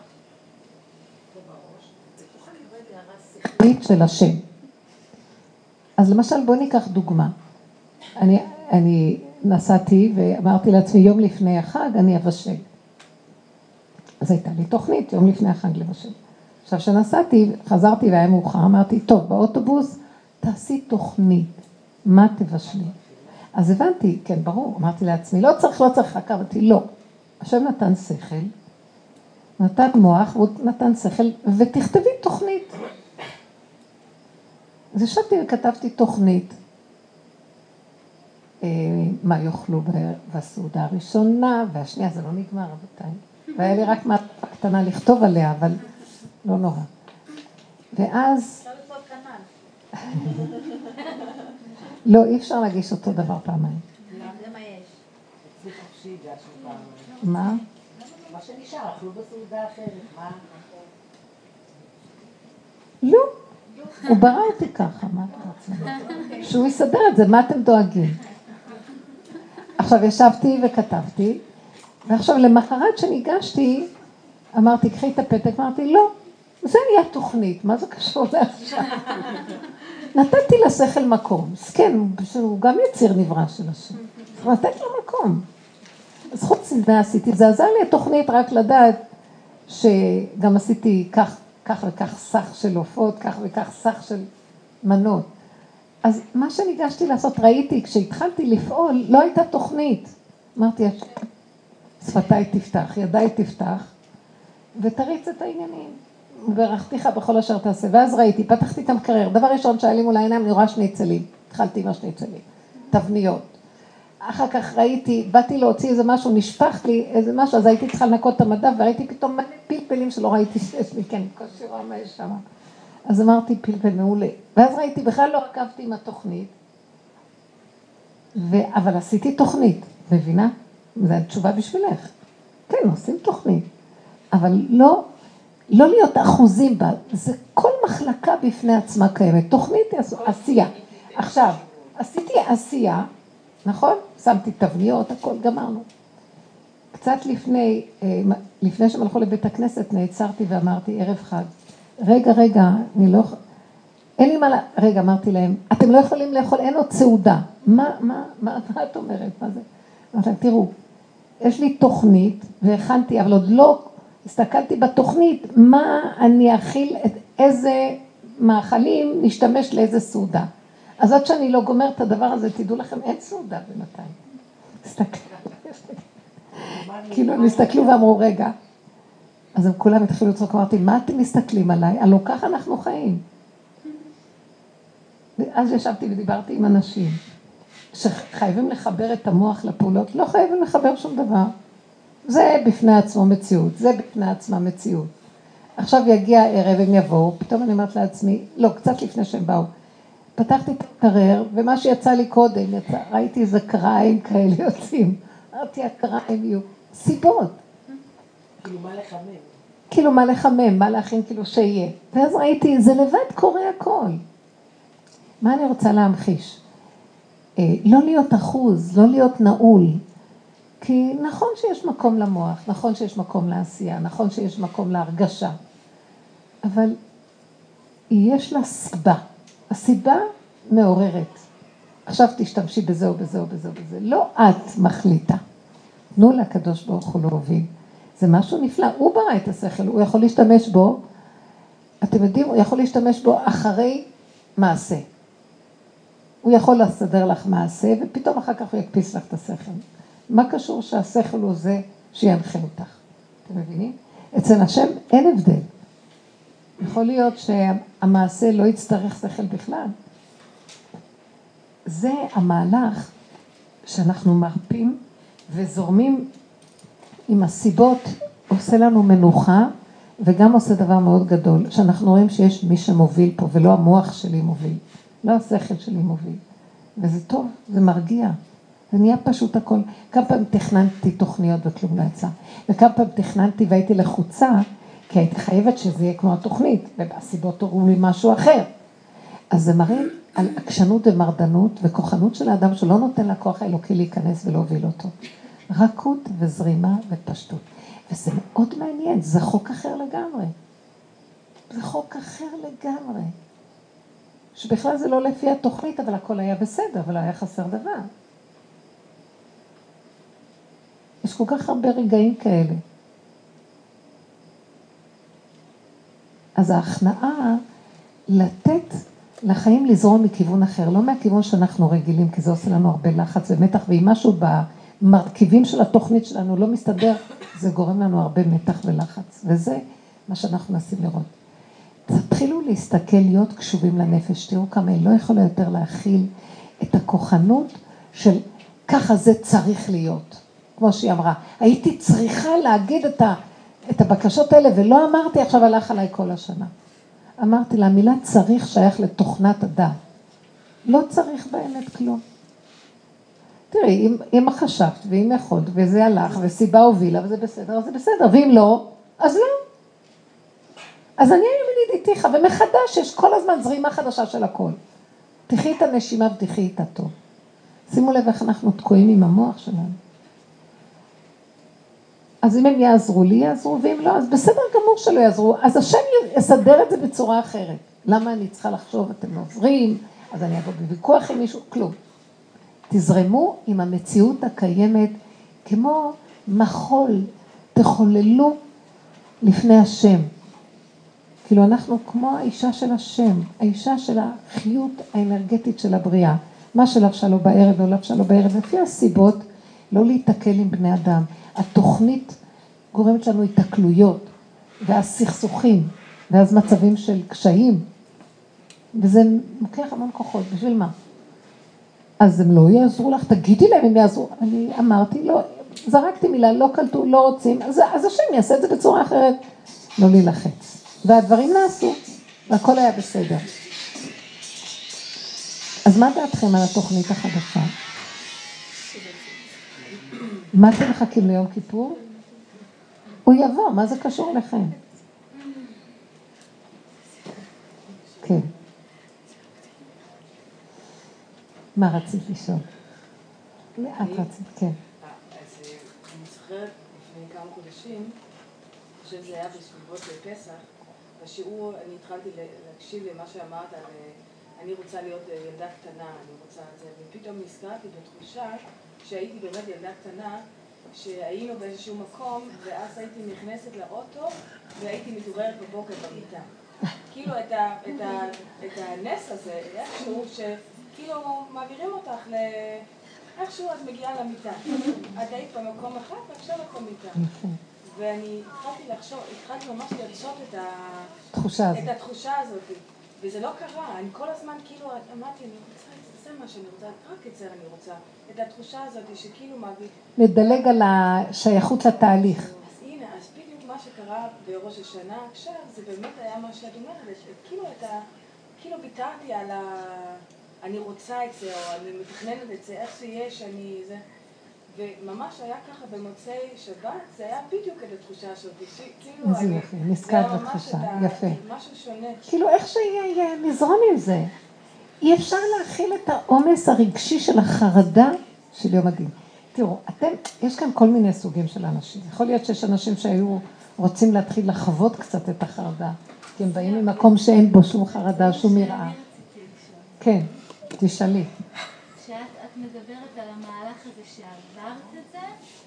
שכלית של השם. אז למשל בואי ניקח דוגמה. אני, אני נסעתי ואמרתי לעצמי יום לפני החג אני אבשל. אז הייתה לי תוכנית יום לפני החג לבשל. עכשיו שנסעתי, חזרתי והיה מאוחר, אמרתי טוב באוטובוס תעשי תוכנית. מה תבשלי? אז הבנתי, כן, ברור, אמרתי לעצמי, לא צריך, לא צריך, אמרתי, לא. השם נתן שכל, נתן מוח, הוא נתן שכל, ותכתבי תוכנית. אז ישבתי וכתבתי תוכנית, מה יאכלו בסעודה הראשונה, והשנייה, זה לא נגמר, רבותיי. והיה לי רק מעטפה קטנה לכתוב עליה, אבל לא נורא. ואז... לא, אי אפשר להגיש אותו דבר פעמיים. זה מה יש. זה חופשי, זה השם פעמיים. מה? מה שנשאר, אכלו בסעודה אחרת, מה? לא. הוא ברא אותי ככה, מה אתה רוצה? שהוא יסדר את זה, מה אתם דואגים? עכשיו ישבתי וכתבתי, ועכשיו למחרת שניגשתי, אמרתי, קחי את הפתק, אמרתי, לא, זה נהיה תוכנית, מה זה קשור לעכשיו? נתתי לשכל מקום, סכן, הוא גם יציר נברא של השם, נתתי לו מקום. אז חוץ מזה עשיתי, זה עזר לי התוכנית רק לדעת, שגם עשיתי כך, כך וכך סך של עופות, כך וכך סך של מנות. אז מה שניגשתי לעשות, ראיתי, כשהתחלתי לפעול, לא הייתה תוכנית. אמרתי, שפתיי תפתח, ידיי תפתח, ותריץ את העניינים. וברכתיך בכל אשר תעשה. ואז ראיתי, פתחתי את המקרר. דבר ראשון שהיה לי מול העיניים, אני רואה שניצלים. התחלתי עם השניצלים. תבניות. אחר כך ראיתי, באתי להוציא איזה משהו, נשפך לי איזה משהו, אז הייתי צריכה לנקות את המדף, וראיתי פתאום מלא פלפלים שלא ראיתי שיש לי, כן, קושי רואה מה יש שם. אז אמרתי פלפל מעולה. ואז ראיתי, בכלל לא עקבתי עם התוכנית, ו... אבל עשיתי תוכנית, מבינה? זו התשובה בשבילך. כן, עושים תוכנית. אבל לא, לא להיות אחוזים בה, זה כל מחלקה בפני עצמה קיימת. תוכנית עשייה. עכשיו, עשיתי עשייה, נכון? שמתי תבניות, הכל גמרנו. קצת לפני, לפני שהם הלכו לבית הכנסת, נעצרתי ואמרתי, ערב חג, רגע, רגע, אני לא, אין לי מה, רגע, אמרתי להם, אתם לא יכולים לאכול, אין עוד סעודה. מה, מה, מה, מה את אומרת? מה זה? אמרתי להם, תראו, יש לי תוכנית, והכנתי, אבל עוד לא, הסתכלתי בתוכנית, מה אני אכיל, איזה מאכלים נשתמש לאיזה סעודה. אז עד שאני לא גומר את הדבר הזה, תדעו לכם, אין סעודה בינתיים. תסתכלו. כאילו הם הסתכלו ואמרו, רגע. אז הם כולם התחילו לצחוק, אמרתי, מה אתם מסתכלים עליי? הלא ככה אנחנו חיים. ואז ישבתי ודיברתי עם אנשים, שחייבים לחבר את המוח לפעולות, לא חייבים לחבר שום דבר. זה בפני עצמו מציאות, זה בפני עצמה מציאות. עכשיו יגיע הערב, הם יבואו, פתאום אני אומרת לעצמי, לא, קצת לפני שהם באו, פתחתי את הקרר, ומה שיצא לי קודם, יצא, ראיתי איזה קריים כאלה יוצאים. אמרתי, הקריים יהיו סיבות. כאילו מה לחמם? כאילו מה לחמם, מה להכין, כאילו שיהיה. ואז ראיתי, זה לבד קורה הכל. מה אני רוצה להמחיש? לא להיות אחוז, לא להיות נעול. כי נכון שיש מקום למוח, נכון שיש מקום לעשייה, נכון שיש מקום להרגשה. אבל יש לה סיבה. הסיבה מעוררת. עכשיו תשתמשי בזה או בזה או בזה או בזה. לא את מחליטה. תנו לקדוש ברוך הוא להוביל. זה משהו נפלא, הוא ברא את השכל, הוא יכול להשתמש בו, אתם יודעים, הוא יכול להשתמש בו אחרי מעשה. הוא יכול לסדר לך מעשה, ופתאום אחר כך הוא יקפיס לך את השכל. מה קשור שהשכל הוא זה שינחה אותך? אתם מבינים? אצל השם אין הבדל. יכול להיות שהמעשה לא יצטרך שכל בכלל. זה המהלך שאנחנו מרפים וזורמים עם הסיבות, עושה לנו מנוחה, וגם עושה דבר מאוד גדול, שאנחנו רואים שיש מי שמוביל פה, ולא המוח שלי מוביל, לא השכל שלי מוביל. וזה טוב, זה מרגיע. זה נהיה פשוט הכל. כמה פעם תכננתי תוכניות וכלום לא יצא. וכמה פעם תכננתי והייתי לחוצה, כי הייתי חייבת שזה יהיה כמו התוכנית, והסיבות הורו לי משהו אחר. אז זה מראה על עקשנות ומרדנות וכוחנות של האדם שלא נותן לכוח האלוקי להיכנס ולהוביל אותו. רכות וזרימה ופשטות. וזה מאוד מעניין, זה חוק אחר לגמרי. זה חוק אחר לגמרי. שבכלל זה לא לפי התוכנית, אבל הכל היה בסדר, אבל היה חסר דבר. יש כל כך הרבה רגעים כאלה. אז ההכנעה לתת לחיים לזרום מכיוון אחר, לא מהכיוון שאנחנו רגילים, כי זה עושה לנו הרבה לחץ ומתח, ואם משהו במרכיבים של התוכנית שלנו לא מסתדר, זה גורם לנו הרבה מתח ולחץ, וזה מה שאנחנו מנסים לראות. תתחילו להסתכל, להיות קשובים לנפש, תראו כמה היא לא יכולה יותר להכיל את הכוחנות של ככה זה צריך להיות. כמו שהיא אמרה, הייתי צריכה להגיד את, ה, את הבקשות האלה, ולא אמרתי, עכשיו הלך עליי כל השנה. אמרתי לה, המילה צריך שייך לתוכנת הדעת. לא צריך באמת כלום. תראי, אם, אם חשבת ואם יכולת, וזה הלך, וסיבה הובילה, וזה בסדר, אז זה בסדר, ואם לא, אז לא. אז אני היום ידידיתיך, ומחדש יש כל הזמן זרימה חדשה של הכל. תחי את הנשימה ותחי איתה טוב. שימו לב איך אנחנו תקועים עם המוח שלנו. אז אם הם יעזרו לי, יעזרו, ואם לא, אז בסדר גמור שלא יעזרו. אז השם יסדר את זה בצורה אחרת. למה אני צריכה לחשוב, אתם לא עוזרים, אז אני אבוא בוויכוח עם מישהו, כלום. תזרמו עם המציאות הקיימת, כמו מחול, תחוללו לפני השם. כאילו אנחנו כמו האישה של השם, האישה של החיות האנרגטית של הבריאה. מה שלבשה לו בערב, לא לבשה לו בערב, לפי הסיבות, לא להתקל עם בני אדם. התוכנית גורמת לנו התקלויות, והסכסוכים, ואז מצבים של קשיים, וזה מוקח המון כוחות, בשביל מה? אז הם לא יעזרו לך, תגידי להם אם יעזרו. אני אמרתי, לא, זרקתי מילה, לא קלטו, לא רוצים, אז, אז השם יעשה את זה בצורה אחרת, לא להילחץ. והדברים נעשו, והכל היה בסדר. אז מה דעתכם על התוכנית החדשה? מה אתם מחכים ליום כיפור? הוא יבוא, מה זה קשור לכם? כן. מה רצית לשאול? לאט רצית, כן. אז אני זוכרת לפני כמה חודשים, אני חושב שזה היה בסביבות פסח, בשיעור אני התחלתי להקשיב למה שאמרת על אני רוצה להיות ילדה קטנה, אני רוצה את זה, ופתאום נזכרתי בתחושה שהייתי באמת ילדה קטנה, שהיינו באיזשהו מקום, ואז הייתי נכנסת לאוטו, והייתי מתעוררת בבוקר במיטה. כאילו את, ה, את, ה, את הנס הזה, איכשהו שכאילו מעבירים אותך ל... איכשהו את מגיעה למיטה. את היית במקום אחד, ועכשיו את במיטה. ואני התחלתי לחשוב, התחלתי ממש לרשות את, ה... תחושה את התחושה הזאת. וזה לא קרה, אני כל הזמן כאילו אמרתי, אני רוצה, זה מה שאני רוצה, רק את זה אני רוצה. את התחושה הזאת שכאילו מעביר... לדלג על השייכות לתהליך. אז הנה, אז בדיוק מה שקרה בראש השנה עכשיו, זה באמת היה מה שאת אומרת, כאילו את ה... כאילו ביטרתי על ה... אני רוצה את זה, או אני מתכננת את זה, איך שיהיה שאני... זה... וממש היה ככה במוצאי שבת, זה היה בדיוק את התחושה הזאת, כאילו זה יפה, נזכרת בתחושה, יפה. משהו שונה. כאילו איך שיהיה, נזרום עם זה. אי אפשר להכיל את העומס הרגשי של החרדה של יום הדין. תראו, אתם, יש כאן כל מיני סוגים של אנשים. יכול להיות שיש אנשים שהיו רוצים להתחיל לחוות קצת את החרדה, כי הם באים ממקום שאין בו שום חרדה, שום יראה. כן, תשאלי. שאת את מדברת על המהלך הזה שעברת את זה,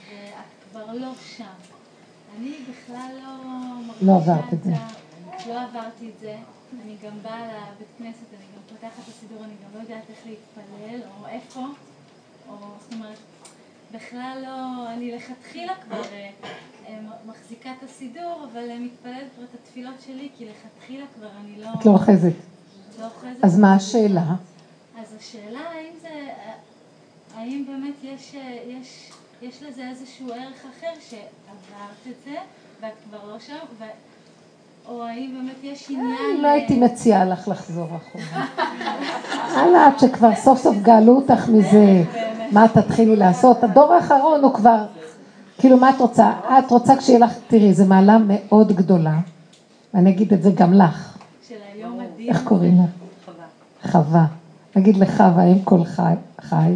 ואת כבר לא שם. אני בכלל לא מרגישה לא עברת את זה. לא עברתי את זה. אני גם באה לבית כנסת, אני גם פותחת את הסידור, אני גם לא יודעת איך להתפלל, או איפה, או זאת אומרת, בכלל לא, אני לכתחילה כבר מחזיקה את הסידור, אבל מתפללת כבר את התפילות שלי, כי לכתחילה כבר אני לא... את לא אוחזת. לא אוחזת. אז מה השאלה? אז השאלה, האם זה, האם באמת יש, יש, יש לזה איזשהו ערך אחר שעברת את זה, ואת כבר לא שם, ו... או האם באמת יש עניין... לא הייתי מציעה לך לחזור אחורה. הלאה, עד שכבר סוף סוף גאלו אותך מזה, מה תתחילי לעשות? הדור האחרון הוא כבר, כאילו מה את רוצה? את רוצה כשיהיה לך, תראי, זו מעלה מאוד גדולה, ואני אגיד את זה גם לך. של היום הדין. איך קוראים לך? חווה. חווה. נגיד לחווה, עם כל חי, חי.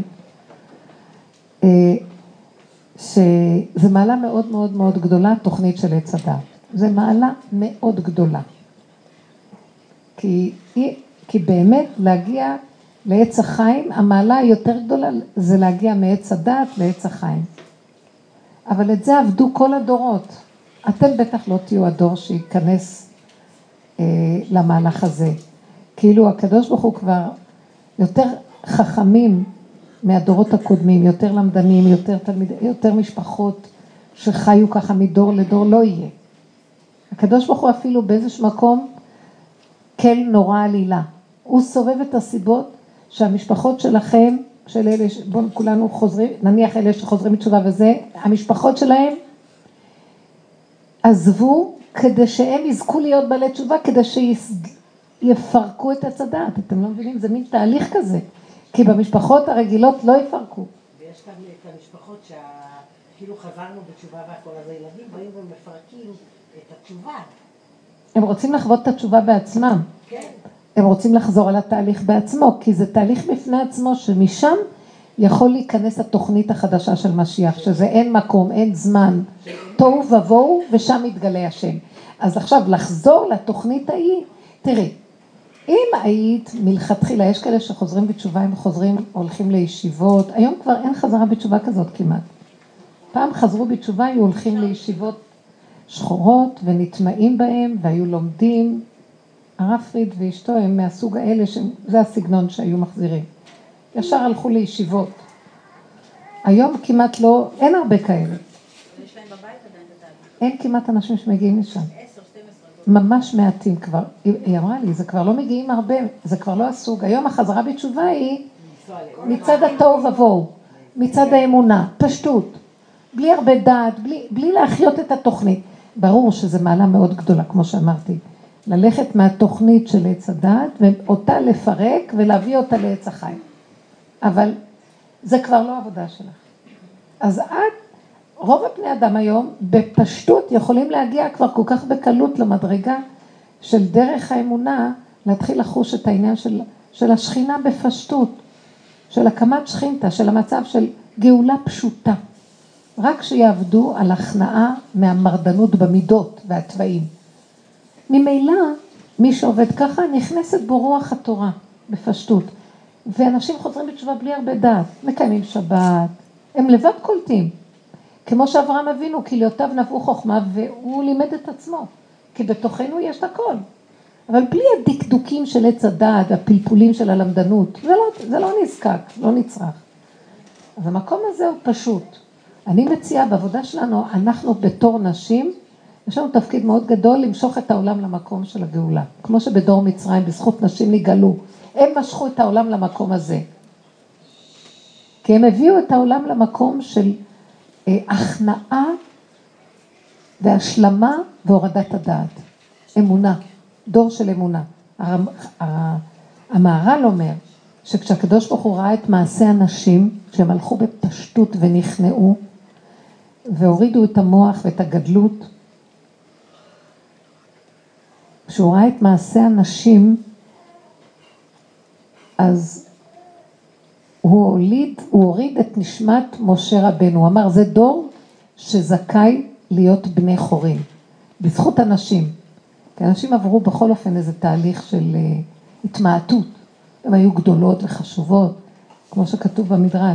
שזה מעלה מאוד מאוד מאוד גדולה, תוכנית של עץ הדת. זה מעלה מאוד גדולה. כי, כי באמת להגיע לעץ החיים, המעלה היותר גדולה זה להגיע מעץ הדת לעץ החיים. אבל את זה עבדו כל הדורות. אתם בטח לא תהיו הדור שיכנס אה, למהלך הזה. כאילו הקדוש ברוך הוא כבר יותר חכמים מהדורות הקודמים, יותר למדנים, יותר תלמידים, יותר משפחות שחיו ככה מדור לדור, לא יהיה. הקדוש ברוך הוא אפילו באיזשהו מקום כל נורא עלילה. הוא סובב את הסיבות שהמשפחות שלכם, של אלה, בואו כולנו חוזרים, נניח אלה שחוזרים בתשובה וזה, המשפחות שלהם עזבו כדי שהם יזכו להיות בעלי תשובה, כדי שיפרקו את הצדת. אתם לא מבינים, זה מין תהליך כזה. כי במשפחות הרגילות לא יפרקו. ויש כאן את המשפחות שכאילו חזרנו בתשובה והכל, אז הילדים באים ומפרקים את התשובה. הם רוצים לחוות את התשובה בעצמם. כן. הם רוצים לחזור על התהליך בעצמו, כי זה תהליך בפני עצמו, שמשם יכול להיכנס התוכנית החדשה של משיח, שזה אין מקום, אין זמן, תוהו ובוהו, ושם מתגלה השם. אז עכשיו לחזור לתוכנית ההיא, תראי, אם היית מלכתחילה, יש כאלה שחוזרים בתשובה, הם חוזרים, הולכים לישיבות, היום כבר אין חזרה בתשובה כזאת כמעט. פעם חזרו בתשובה, היו הולכים לישיבות שחורות ונטמעים בהם, והיו לומדים. הרב פריד ואשתו הם מהסוג האלה, שזה הסגנון שהיו מחזירים. ישר הלכו לישיבות. היום כמעט לא, אין הרבה כאלה. יש להם בבית עדיין את התהליך. אין כמעט אנשים שמגיעים משם. עשר, שתים עשרה. ממש מעטים כבר. היא, היא אמרה לי, זה כבר לא מגיעים הרבה, זה כבר לא הסוג. היום החזרה בתשובה היא מצד התוהו ובוהו, מצד האמונה, פשטות, בלי הרבה דעת, בלי, בלי להחיות את התוכנית. ברור שזה מעלה מאוד גדולה, כמו שאמרתי. ללכת מהתוכנית של עץ הדעת, ואותה לפרק ולהביא אותה לעץ החיים. אבל זה כבר לא עבודה שלך. אז את, רוב הפני אדם היום, בפשטות יכולים להגיע כבר כל כך בקלות למדרגה של דרך האמונה, להתחיל לחוש את העניין של, של השכינה בפשטות, של הקמת שכינתה, של המצב של גאולה פשוטה. רק שיעבדו על הכנעה מהמרדנות במידות והטבעים. ממילא, מי שעובד ככה, נכנסת בו רוח התורה, בפשטות. ואנשים חוזרים בתשובה בלי הרבה דעת, מקיימים שבת, הם לבד קולטים. כמו שאברהם אבינו, כי ליותיו נבעו חוכמה, והוא לימד את עצמו. כי בתוכנו יש את הכל. אבל בלי הדקדוקים של עץ הדעת, והפלפולים של הלמדנות, זה לא, זה לא נזקק, לא נצרך. אז המקום הזה הוא פשוט. אני מציעה בעבודה שלנו, אנחנו בתור נשים, יש לנו תפקיד מאוד גדול למשוך את העולם למקום של הגאולה. כמו שבדור מצרים, בזכות נשים נגאלו, הם משכו את העולם למקום הזה. כי הם הביאו את העולם למקום של אה, הכנעה והשלמה והורדת הדעת. אמונה, דור של אמונה. הר, הר, המהר"ל אומר שכשהקדוש ברוך הוא ראה את מעשה הנשים, כשהם הלכו בפשטות ונכנעו, והורידו את המוח ואת הגדלות, כשהוא ראה את מעשה הנשים, אז הוא הוליד, הוא הוריד את נשמת משה רבנו. הוא אמר, זה דור שזכאי להיות בני חורים, בזכות הנשים. כי אנשים עברו בכל אופן איזה תהליך של התמעטות. הן היו גדולות וחשובות, כמו שכתוב במדרש,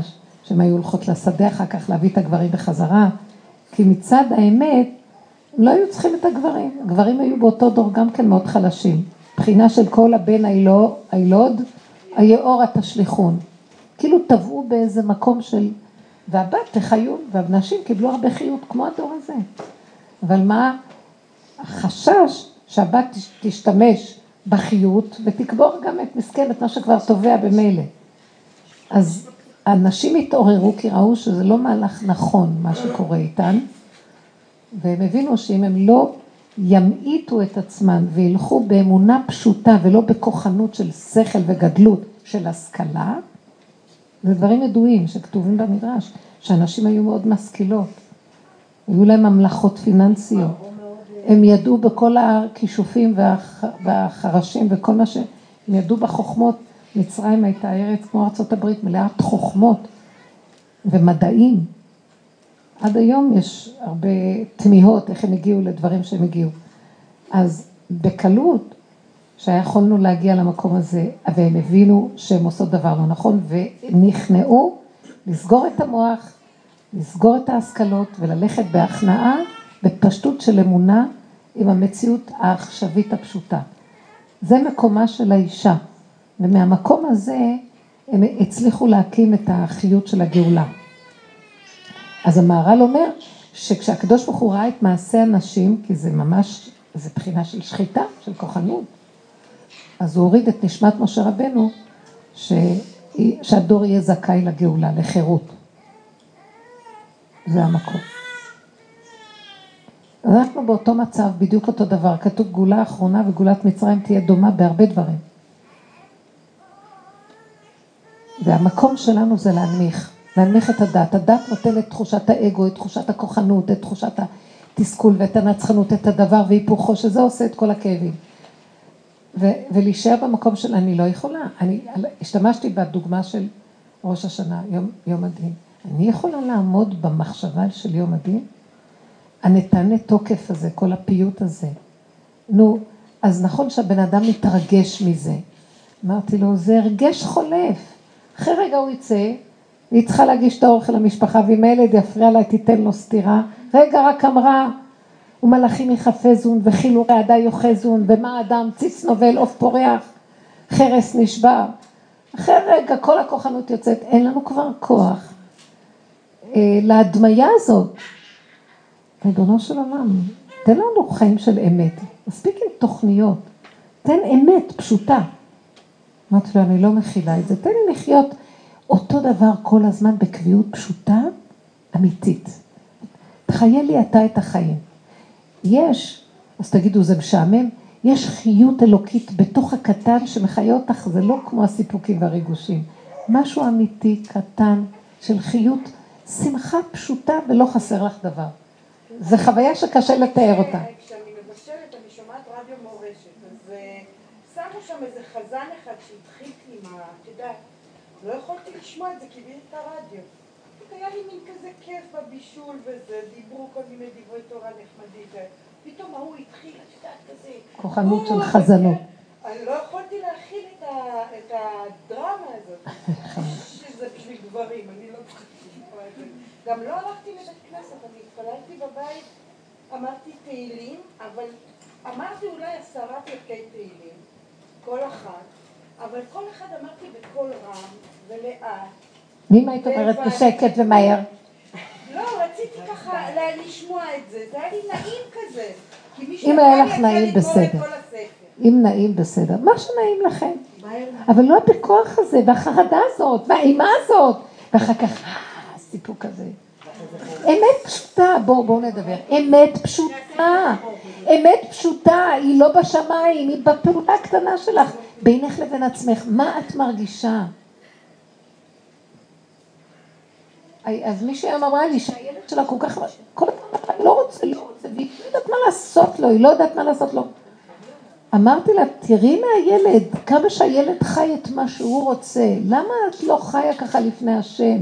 שהן היו הולכות לשדה אחר כך להביא את הגברים בחזרה, כי מצד האמת, הם לא היו צריכים את הגברים. הגברים היו באותו דור גם כן מאוד חלשים. בחינה של כל הבן הילוד, היאורה תשליחון. כאילו טבעו באיזה מקום של... והבת תחיון, והנשים קיבלו הרבה חיות, כמו הדור הזה. אבל מה? החשש שהבת תשתמש בחיות, ותקבור גם את מסכנת, מה שכבר תובע במילא. אז האנשים התעוררו, כי ראו שזה לא מהלך נכון, מה שקורה איתן, והם הבינו שאם הם לא ימעיטו את עצמן, וילכו באמונה פשוטה, ולא בכוחנות של שכל וגדלות של השכלה, זה דברים ידועים שכתובים במדרש, שאנשים היו מאוד משכילות, היו להם ממלכות פיננסיות, הם ידעו בכל הכישופים והח... והחרשים וכל מה שהם ידעו בחוכמות, מצרים הייתה ארץ כמו ארצות הברית מלאת חוכמות ומדעים. עד היום יש הרבה תמיהות איך הם הגיעו לדברים שהם הגיעו. אז בקלות שהיה יכולנו להגיע למקום הזה, והם הבינו שהם עושות דבר לא נכון, ונכנעו לסגור את המוח, לסגור את ההשכלות וללכת בהכנעה, בפשטות של אמונה עם המציאות העכשווית הפשוטה. זה מקומה של האישה, ומהמקום הזה הם הצליחו להקים את החיות של הגאולה. אז המהר"ל אומר שכשהקדוש ברוך הוא ראה את מעשה הנשים, כי זה ממש, זה בחינה של שחיטה, של כוחנות, אז הוא הוריד את נשמת משה רבנו, ש... שהדור יהיה זכאי לגאולה, לחירות. זה המקום. אנחנו באותו מצב, בדיוק אותו דבר, כתוב גאולה האחרונה וגאולת מצרים תהיה דומה בהרבה דברים. והמקום שלנו זה להנמיך, להנמיך את הדת. הדת נותן את תחושת האגו, את תחושת הכוחנות, את תחושת התסכול ואת הנצחנות, את הדבר והיפוכו, שזה עושה את כל הכאבים. ו- ולהישאר במקום של אני לא יכולה. אני השתמשתי בדוגמה של ראש השנה, יום, יום הדין. אני יכולה לעמוד במחשבה של יום הדין? הנתנה תוקף הזה, כל הפיוט הזה. נו, אז נכון שהבן אדם מתרגש מזה. אמרתי לו, זה הרגש חולף. אחרי רגע הוא יצא, והיא צריכה להגיש את האוכל למשפחה, ואם הילד יפריע לה, תיתן לו סתירה. רגע רק אמרה, ומלאכים יחפזון, וחילו רעדה יוחזון, ומה אדם ציץ נובל, עוף פורח, חרס נשבר. אחרי רגע כל הכוחנות יוצאת, אין לנו כבר כוח. להדמיה הזאת, ריבונו של עולם, תן לנו חיים של אמת, מספיק עם תוכניות, תן אמת פשוטה. אמרתי לו, אני לא מכילה את זה, תן לי לחיות אותו דבר כל הזמן בקביעות פשוטה, אמיתית. תחיה לי אתה את החיים. יש, אז תגידו, זה משעמם, יש חיות אלוקית בתוך הקטן שמחיה אותך, זה לא כמו הסיפוקים והריגושים. משהו אמיתי, קטן, של חיות, שמחה פשוטה ולא חסר לך דבר. זה חוויה שקשה לתאר אותה. כשאני מבשלת, אני שומעת רדיו מורשת, אז שמו שם איזה חזן אחד שהתחיל עם ה... אתה יודע, לא יכולתי לשמוע את זה כי בית הרדיו. היה לי מין כזה כיף בבישול וזה, דיברו כל מיני דברי תורה נחמדים, ופתאום ההוא התחיל, את יודעת, כזה... כוחנות של חזנות. אני לא יכולתי להכיל את הדרמה הזאת, שזה בשביל גברים, אני לא צריכה לשמוע את זה. גם לא הלכתי לבית כנסת, אני התפללתי בבית, אמרתי תהילים, אבל אמרתי אולי עשרה פרקי תהילים, כל אחד, אבל כל אחד אמרתי בקול רם ולאט. מי היית אומרת בשקט ומהר? לא, רציתי ככה לשמוע את זה, זה היה לי נעים כזה. אם היה לך נעים בסדר. אם נעים בסדר. מה שנעים לכם? אבל לא בכוח הזה, והחרדה הזאת, והאימה הזאת, ואחר כך, הסיפוק הזה. אמת פשוטה, בואו בואו נדבר. אמת פשוטה. אמת פשוטה, היא לא בשמיים, היא בפעולה הקטנה שלך. בינך לבין עצמך, מה את מרגישה? אז מישהי אמרה לי שהילד שלה כל כך, כל הזמן לא רוצה, לא רוצה, והיא לא יודעת מה לעשות לו, היא לא יודעת מה לעשות לו. אמרתי לה, תראי מהילד, כמה שהילד חי את מה שהוא רוצה, למה את לא חיה ככה לפני השם?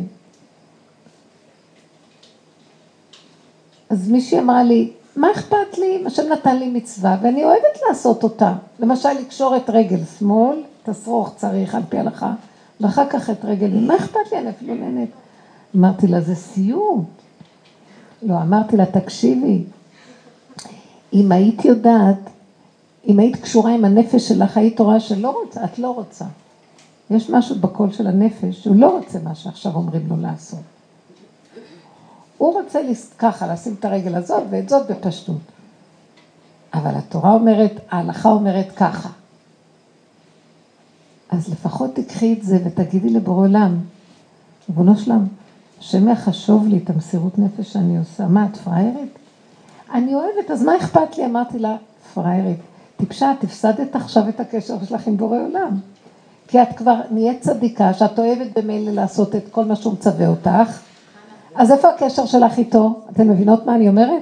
אז מישהי אמרה לי, מה אכפת לי? השם נתן לי מצווה, ואני אוהבת לעשות אותה. למשל, לקשור את רגל שמאל, תסרוך צריך על פי הלכה, ואחר כך את רגל, מה אכפת לי? אני אפילו נהנית. אמרתי לה, זה סיוט. לא, אמרתי לה, תקשיבי, אם היית יודעת, אם היית קשורה עם הנפש שלך, היית רואה שלא רוצה, את לא רוצה. יש משהו בקול של הנפש, שהוא לא רוצה מה שעכשיו אומרים לו לעשות. הוא רוצה ככה, לשים את הרגל הזאת ואת זאת בפשטות. אבל התורה אומרת, ההלכה אומרת ככה. אז לפחות תקחי את זה ותגידי לבורא עולם, ריבונו שלם, השם יחשוב לי את המסירות נפש שאני עושה. מה, את פריירית? אני אוהבת, אז מה אכפת לי? אמרתי לה, פריירית, טיפשה, תפסדת עכשיו את הקשר שלך עם בורא עולם. כי את כבר נהיית צדיקה, שאת אוהבת במילא לעשות את כל מה שהוא מצווה אותך. אז איפה הקשר שלך איתו? אתן מבינות מה אני אומרת?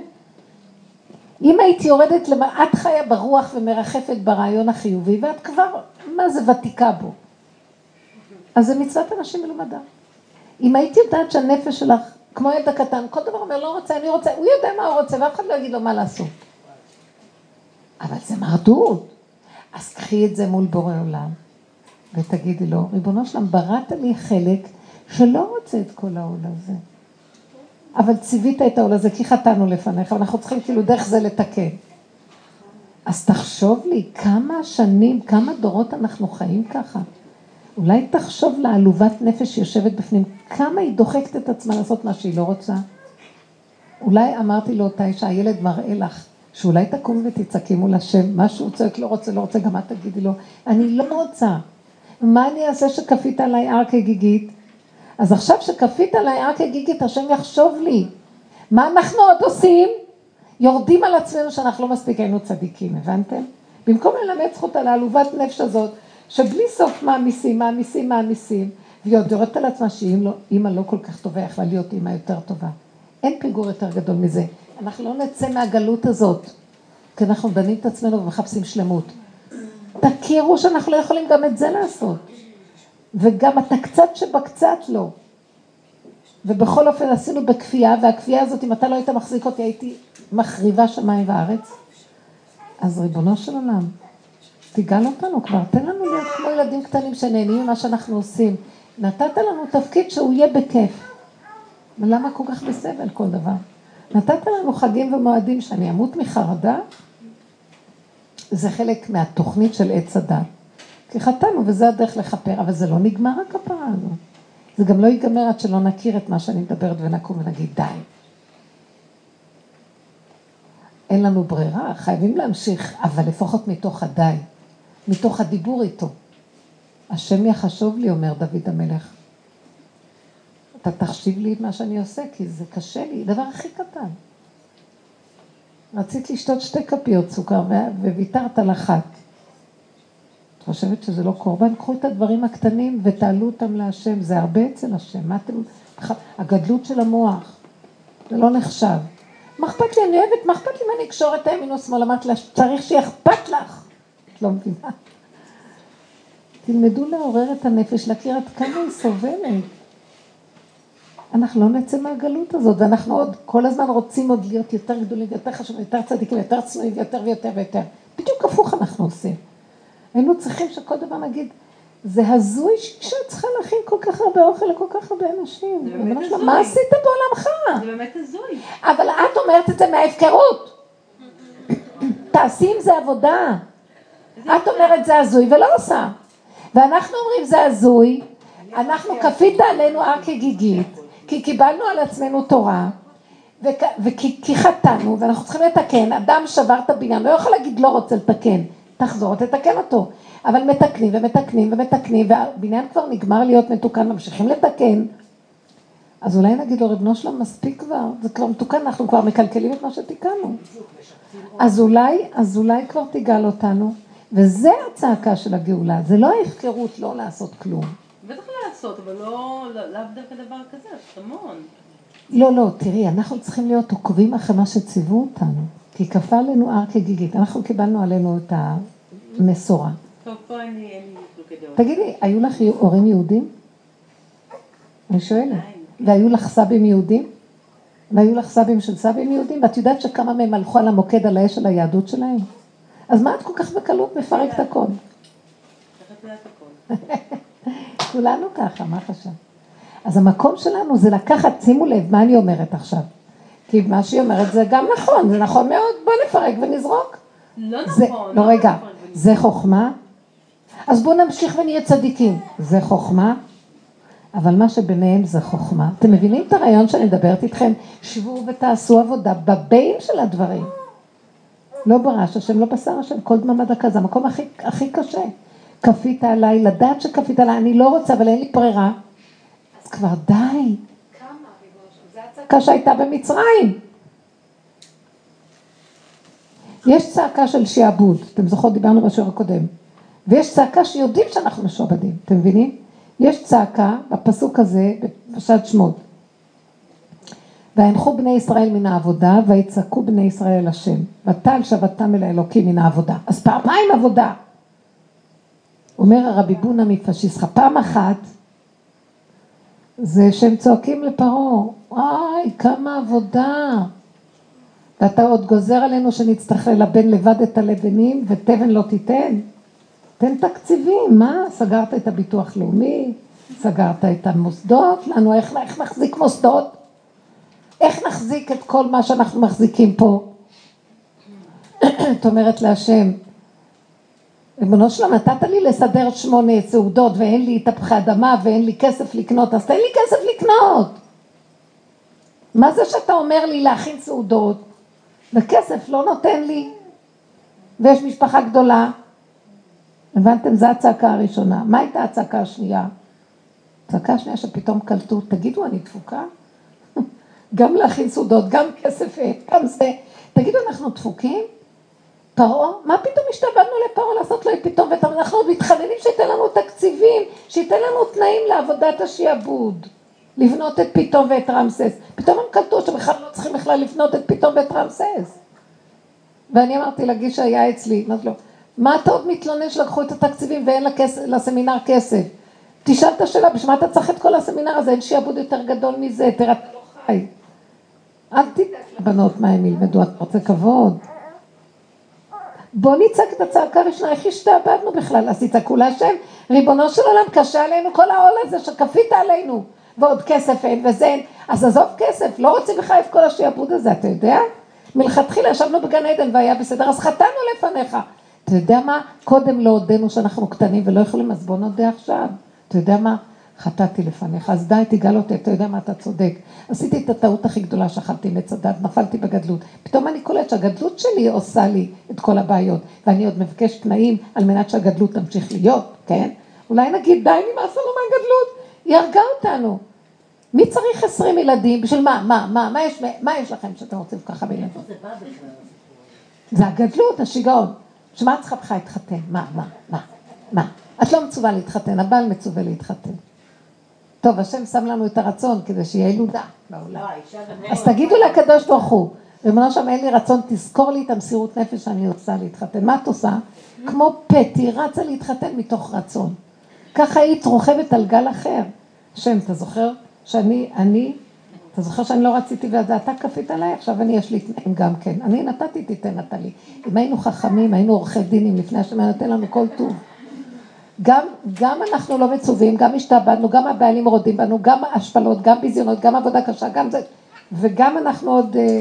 אם היית יורדת, למה, את חיה ברוח ומרחפת ברעיון החיובי, ואת כבר, מה זה ותיקה בו? אז זה מצוות אנשים מלומדה. אם היית יודעת שהנפש שלך, כמו ילד הקטן, כל דבר אומר, לא רוצה, אני רוצה, הוא יודע מה הוא רוצה, ואף אחד לא יגיד לו מה לעשות. אבל זה מרדות. אז קחי את זה מול בורא עולם, ותגידי לו, ריבונו שלם, בראת לי חלק שלא רוצה את כל העול הזה. אבל ציווית את העול הזה, כי חטאנו לפניך, ואנחנו צריכים כאילו דרך זה לתקן. אז תחשוב לי, כמה שנים, כמה דורות אנחנו חיים ככה. אולי תחשוב לעלובת נפש שיושבת בפנים, כמה היא דוחקת את עצמה לעשות מה שהיא לא רוצה. אולי אמרתי לאותה אישה, הילד מראה לך, שאולי תקום ותצעקי מול השם, מה שהוא צועק לא רוצה, לא רוצה, גם את תגידי לו, אני לא רוצה. מה אני אעשה שכפית עליי הר כגיגית? אז עכשיו שכפית עליי הר כגיגית, השם יחשוב לי. מה אנחנו עוד עושים? יורדים על עצמנו שאנחנו לא מספיק היינו צדיקים, הבנתם? במקום ללמד זכות על העלובת נפש הזאת, שבלי סוף מעמיסים, מעמיסים, מעמיסים, והיא עוד יורדת על עצמה שאמא לא כל כך טובה, יכלה להיות אמא יותר טובה. אין פיגור יותר גדול מזה. אנחנו לא נצא מהגלות הזאת, כי אנחנו דנים את עצמנו ומחפשים שלמות. תכירו שאנחנו לא יכולים גם את זה לעשות. וגם אתה קצת שבקצת לא. ובכל אופן עשינו בכפייה, והכפייה הזאת, אם אתה לא היית מחזיק אותי, הייתי מחריבה שמיים וארץ. אז ריבונו של עולם, תיגל אותנו כבר, תן לנו להיות כמו ילדים קטנים שנהנים ממה שאנחנו עושים. נתת לנו תפקיד שהוא יהיה בכיף. ולמה כל כך בסבל כל דבר? נתת לנו חגים ומועדים שאני אמות מחרדה, זה חלק מהתוכנית של עץ הדת. כי חטאנו וזה הדרך לחפר, אבל זה לא נגמר הכפרה הזו. זה גם לא ייגמר עד שלא נכיר את מה שאני מדברת ונקום ונגיד די. אין לנו ברירה, חייבים להמשיך, אבל לפחות מתוך הדי, מתוך הדיבור איתו. השם יחשוב לי, אומר דוד המלך. אתה תחשיב לי את מה שאני עושה, כי זה קשה לי, דבר הכי קטן. רצית לשתות שתי כפיות סוכר, וויתרת על אחת. את חושבת שזה לא קורבן? קחו את הדברים הקטנים ותעלו אותם להשם, זה הרבה אצל השם. מה אתם... הגדלות של המוח, זה לא נחשב. מה אכפת לי? אני אוהבת, מה אכפת לי מה אני אקשור את הימין או שמאל? אמרת לה, צריך שיכפת לך. את לא מבינה. תלמדו לעורר את הנפש, להכיר עד כמה היא סובלת. אנחנו לא נצא מהגלות הזאת, ואנחנו עוד כל הזמן רוצים עוד להיות יותר גדולים, יותר חשובים, יותר צדיקים, יותר צנועים, ויותר ויותר ויותר. בדיוק הפוך אנחנו עושים. היינו צריכים שכל דבר נגיד, זה הזוי שאת צריכה להכין כל כך הרבה אוכל לכל כך הרבה אנשים. זה באמת הזוי. מה עשית בעולמך? זה באמת הזוי. אבל את אומרת את זה מההפקרות. תעשי עם זה עבודה. את אומרת זה הזוי ולא עושה. ואנחנו אומרים זה הזוי, אנחנו כפית עלינו הר כגיגית, כי קיבלנו על עצמנו תורה, וכי חטאנו, ואנחנו צריכים לתקן, אדם שבר את הבניין, לא יכול להגיד לא רוצה לתקן, תחזור, תתקן אותו. אבל מתקנים ומתקנים ומתקנים, והבניין כבר נגמר להיות מתוקן, ממשיכים לתקן. אז אולי נגיד לו, רבנו שלום, מספיק כבר, זה כבר מתוקן, אנחנו כבר מקלקלים את מה שתיקנו. אז אולי, אז אולי כבר תיגל אותנו, וזה הצעקה של הגאולה, זה לא ההפקרות לא לעשות כלום. בטח לעשות, אבל לא, לאו דווקא דבר כזה, המון. לא, לא, תראי, אנחנו צריכים להיות עוקבים אחרי מה שציוו אותנו, כי כפה עלינו הר כגיגית, אנחנו קיבלנו עלינו את המסורה. טוב, פה אין לי חילוקי דעות. תגידי, היו לך הורים יהודים? אני שואלת. והיו לך סבים יהודים? והיו לך סבים של סבים יהודים? ואת יודעת שכמה מהם הלכו על המוקד על האש של היהדות שלהם? אז מה את כל כך בקלות מפרק את הכל? תכף לאט הכל. כולנו ככה, מה חשב? אז המקום שלנו זה לקחת, שימו לב, מה אני אומרת עכשיו? כי מה שהיא אומרת זה גם נכון, זה נכון מאוד, בוא נפרק ונזרוק. לא זה, נכון. לא רגע, זה חוכמה, אז בואו נמשיך ונהיה צדיקים, זה חוכמה, אבל מה שביניהם זה חוכמה. אתם מבינים את הרעיון שאני מדברת איתכם? שבו ותעשו עבודה בבאים של הדברים. לא ברש השם, לא בשר השם, כל דממה דקה, זה המקום הכי, הכי קשה. כפית עליי, לדעת שכפית עליי, אני לא רוצה, אבל אין לי ברירה. אז כבר די. זה הצעקה שהייתה במצרים. יש צעקה של שיעבוד, אתם זוכרות, דיברנו בשיעור הקודם. ויש צעקה שיודעים שאנחנו משועבדים, אתם מבינים? יש צעקה בפסוק הזה, בפרשת שמות. והנחו בני ישראל מן העבודה, ויצעקו בני ישראל השם. ותעל שבתם אל האלוקים מן העבודה. אז פעמיים עבודה. אומר הרבי בונה מפשיסחה, פעם אחת, זה שהם צועקים לפרעה, וואי, כמה עבודה. ואתה עוד גוזר עלינו שנצטרך ללבן לבד את הלבנים, ותבן לא תיתן. תן תקציבים, מה? סגרת את הביטוח לאומי, סגרת את המוסדות, לנו איך, איך נחזיק מוסדות? איך נחזיק את כל מה שאנחנו מחזיקים פה? את אומרת להשם, ריבונו שלום, נתת לי לסדר שמונה סעודות, ואין לי תפוחי אדמה, ואין לי כסף לקנות, אז תן לי כסף לקנות. מה זה שאתה אומר לי להכין סעודות, וכסף לא נותן לי, ויש משפחה גדולה? הבנתם, זו הצעקה הראשונה. מה הייתה הצעקה השנייה? הצעקה השנייה שפתאום קלטו, תגידו, אני דפוקה? גם להכין סעודות, גם כסף, גם זה. תגידו, אנחנו דפוקים? פרעה? מה פתאום השתבדנו לפרעה לעשות לו פתאום? ואנחנו מתחננים שייתן לנו תקציבים, שייתן לנו תנאים לעבודת השיעבוד. לבנות את פתאום ואת רמסס. פתאום הם קלטו שבכלל לא צריכים בכלל לבנות את פתאום ואת רמסס. ואני אמרתי לגיש שהיה אצלי, אמרתי לו, מה אתה עוד מתלונן שלקחו את התקציבים ואין לכסף, לסמינר כסף? תשאל את השאלה, בשביל מה אתה צריך את כל הסמינר הזה? אין שיעבוד יותר גדול מזה, תראה, אתה לא חי. אל תדאג לבנות מה הם ילמדו, אתה רוצה כבוד. בוא נצעק את הצעקה ראשונה, איך השתעבדנו בכלל? אז תצעקו להשם, ריבונו של עולם, קשה עלינו כל העול הזה שכפית עלינו, ועוד כסף אין וזה אין, אז עזוב כסף, לא רוצים לך את כל השיעבוד הזה, אתה יודע? מלכתחילה ישבנו בגן עדן והיה בסדר, אז חטאנו לפניך. אתה יודע מה? קודם לא הודנו שאנחנו קטנים ולא יכולים, אז בוא נודה עכשיו. אתה יודע מה? חטאתי לפניך, אז די, תיגל אותי, אתה יודע מה, אתה צודק. עשיתי את הטעות הכי גדולה, שכלתי מצדת, נפלתי בגדלות. פתאום אני קולט שהגדלות שלי עושה לי את כל הבעיות, ואני עוד מבקש תנאים על מנת שהגדלות תמשיך להיות, כן? אולי נגיד, די, נמאס לנו מהגדלות, היא הרגה אותנו. מי צריך עשרים ילדים? בשביל מה? מה? מה? מה יש, מה יש לכם שאתם רוצים ככה בילדים? זה הגדלות, השיגעון. שמה את צריכה בך להתחתן? מה? מה? מה? מה? את לא מצווה להתחתן, הבעל מצווה להתחתן. טוב, השם שם לנו את הרצון כדי שיהיה ילודה בעולם. אז תגידו לקדוש ברוך הוא, ריבונו שם אין לי רצון, תזכור לי את המסירות נפש שאני רוצה להתחתן. מה את עושה? כמו פטי, רצה להתחתן מתוך רצון. ככה היית רוכבת על גל אחר. השם, אתה זוכר שאני, אני, אתה זוכר שאני לא רציתי ואתה כפית עליי, עכשיו אני יש לי תנאים גם כן. אני נתתי, תיתן נתן לי. אם היינו חכמים, היינו עורכי דינים לפני השם, נתן לנו כל טוב. גם, גם אנחנו לא מצווים, גם השתעבדנו, גם הבעלים רודים בנו, גם השפלות, גם ביזיונות, גם עבודה קשה, גם זה, וגם אנחנו עוד אה,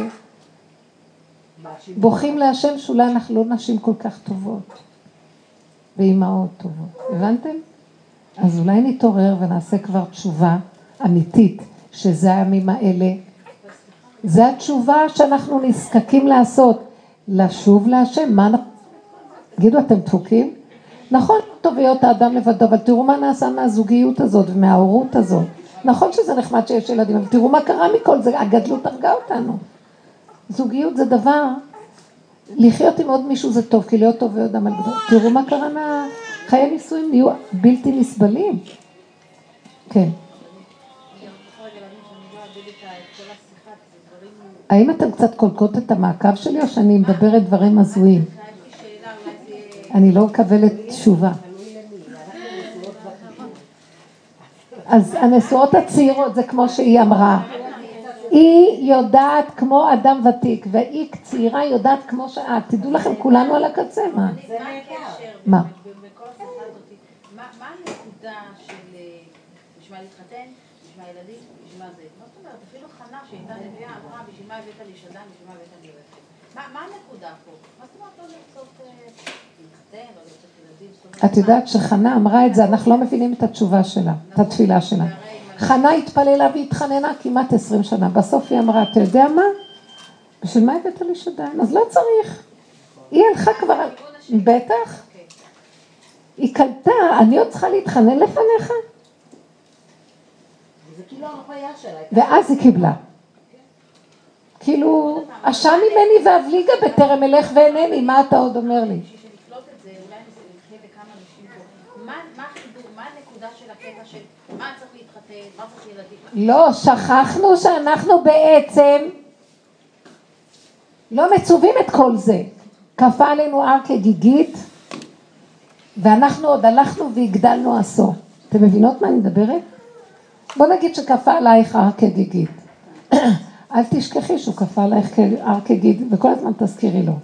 בוכים להשם שאולי אנחנו לא נשים כל כך טובות, ואימהות טובות, הבנתם? אז אולי נתעורר ונעשה כבר תשובה אמיתית, שזה הימים האלה, זה התשובה שאנחנו נזקקים לעשות, לשוב להשם, מה אנחנו, תגידו אתם דפוקים? נכון, טוב להיות האדם לבדו, אבל תראו מה נעשה מהזוגיות הזאת ומההורות הזאת. נכון שזה נחמד שיש ילדים, אבל תראו מה קרה מכל זה, הגדלות הרגה אותנו. זוגיות זה דבר, לחיות עם עוד מישהו זה טוב, כי להיות טוב ויודע על גדול. תראו מה קרה מהחיי נישואים, נהיו בלתי נסבלים. כן. האם אתם קצת קולקות את המעקב שלי, או שאני מדברת דברים הזויים? אני לא מקבלת תשובה. אז הנשואות הצעירות זה כמו שהיא אמרה. היא יודעת כמו אדם ותיק, והיא צעירה יודעת כמו שאת. תדעו לכם, כולנו על הקצה, מה? מה? מה הנקודה של, בשביל להתחתן, בשביל הילדים, בשביל מה זה? מה זאת אומרת? אפילו חנה שהייתה נביאה אמרה, בשביל מה הבאת לי שדן, בשביל מה הבאת לי רפת? מה הנקודה פה? מה זאת אומרת לא לרצות להתחתן, לא לרצות ילדים? את יודעת שחנה אמרה את זה, אנחנו לא מבינים את התשובה שלה, את התפילה שלה. חנה התפללה והתחננה כמעט עשרים שנה, בסוף היא אמרה, אתה יודע מה? בשביל מה הבאת לי שדן? אז לא צריך. היא הלכה כבר, בטח. היא קלטה, אני עוד צריכה להתחנן לפניך? זה כאילו הרפאיה שלה. ואז היא קיבלה. כאילו, אשם ממני ואבליגה בטרם אלך ואינני, מה אתה עוד אומר לי? בשביל לקלוט את זה, אולי נתחיל לכמה אנשים פה. מה החיבור, מה הנקודה של הקטע של מה צריך להתחתן, מה צריך ילדים? לא, שכחנו שאנחנו בעצם לא מצווים את כל זה. כפה עלינו הר כגיגית, ואנחנו עוד הלכנו והגדלנו עשור. אתם מבינות מה אני מדברת? בוא נגיד שכפה עלייך הר כגיגית. אל תשכחי שהוא כפה עלייך הר כגיגית, וכל הזמן תזכירי לו.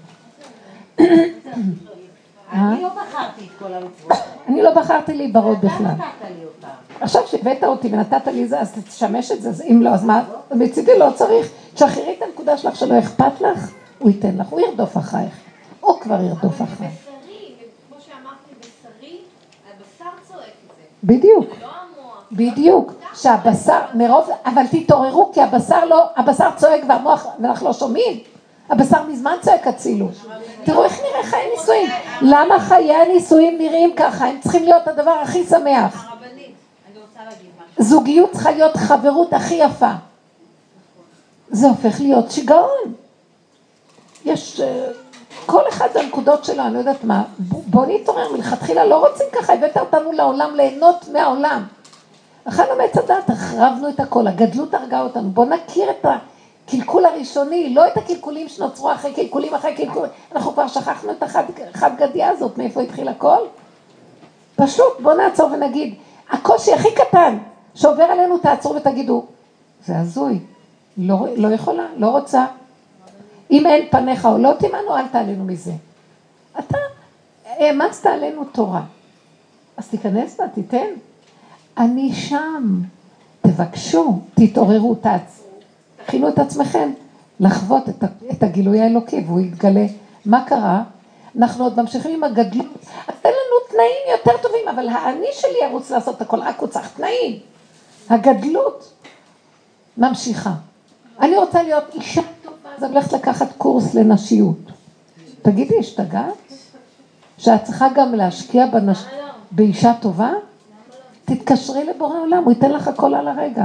אני לא בחרתי את כל המצוות. אני לא בחרתי להיברות בכלל. אתה נתת לי אותה. עכשיו שהבאת אותי ונתת לי זה, אז תשמש את זה, אז אם לא, אז מה? מצידי לא צריך. תשחררי את הנקודה שלך שלא אכפת לך, הוא ייתן לך, הוא ירדוף אחייך. הוא כבר ירדוף אחייך. אבל בשרי, כמו שאמרתי, בשרי, הבשר צועק את זה. בדיוק. לא המוח. בדיוק. שהבשר, מרוב, אבל תתעוררו, כי הבשר לא, הבשר צועק והמוח, ואנחנו לא שומעים. הבשר מזמן צועק הצילו. תראו איך נראה חיי נישואים. למה חיי הנישואים נראים ככה? הם צריכים להיות הדבר הכי שמח. הרבנית, אני רוצה להגיד משהו. זוגיות צריכה להיות חברות הכי יפה. זה הופך להיות שיגעון. יש, כל אחד הנקודות שלו, אני לא יודעת מה, בוא נתעורר מלכתחילה, לא רוצים ככה, הבאת אותנו לעולם, ליהנות מהעולם. אכלנו מעץ הדת, החרבנו את הכל, הגדלות הרגה אותנו, בוא נכיר את הקלקול הראשוני, לא את הקלקולים שנוצרו אחרי קלקולים, אחרי קלקולים, אנחנו כבר שכחנו את החד גדיה הזאת, מאיפה התחיל הכל? פשוט, בוא נעצור ונגיד, הקושי הכי קטן שעובר עלינו, תעצרו ותגידו, זה הזוי, לא, לא יכולה, לא רוצה. אם אין פניך או לא תימנו, אל תעלינו מזה. אתה העמצת עלינו תורה. אז תיכנס בה, תיתן. אני שם. תבקשו, תתעוררו, תכינו את עצמכם, לחוות את, את הגילוי האלוקי, והוא יתגלה. מה קרה? אנחנו עוד ממשיכים עם הגדלות. אז תן לנו תנאים יותר טובים, אבל האני שלי ירוץ לעשות את הכל, רק הוא צריך תנאים. הגדלות ממשיכה. אני רוצה להיות אישה טובה, אז אני הולכת לקחת קורס לנשיות. תגידי, השתגעת? שאת צריכה גם להשקיע בנש... באישה טובה? תתקשרי לבורא עולם, הוא ייתן לך הכל על הרגע.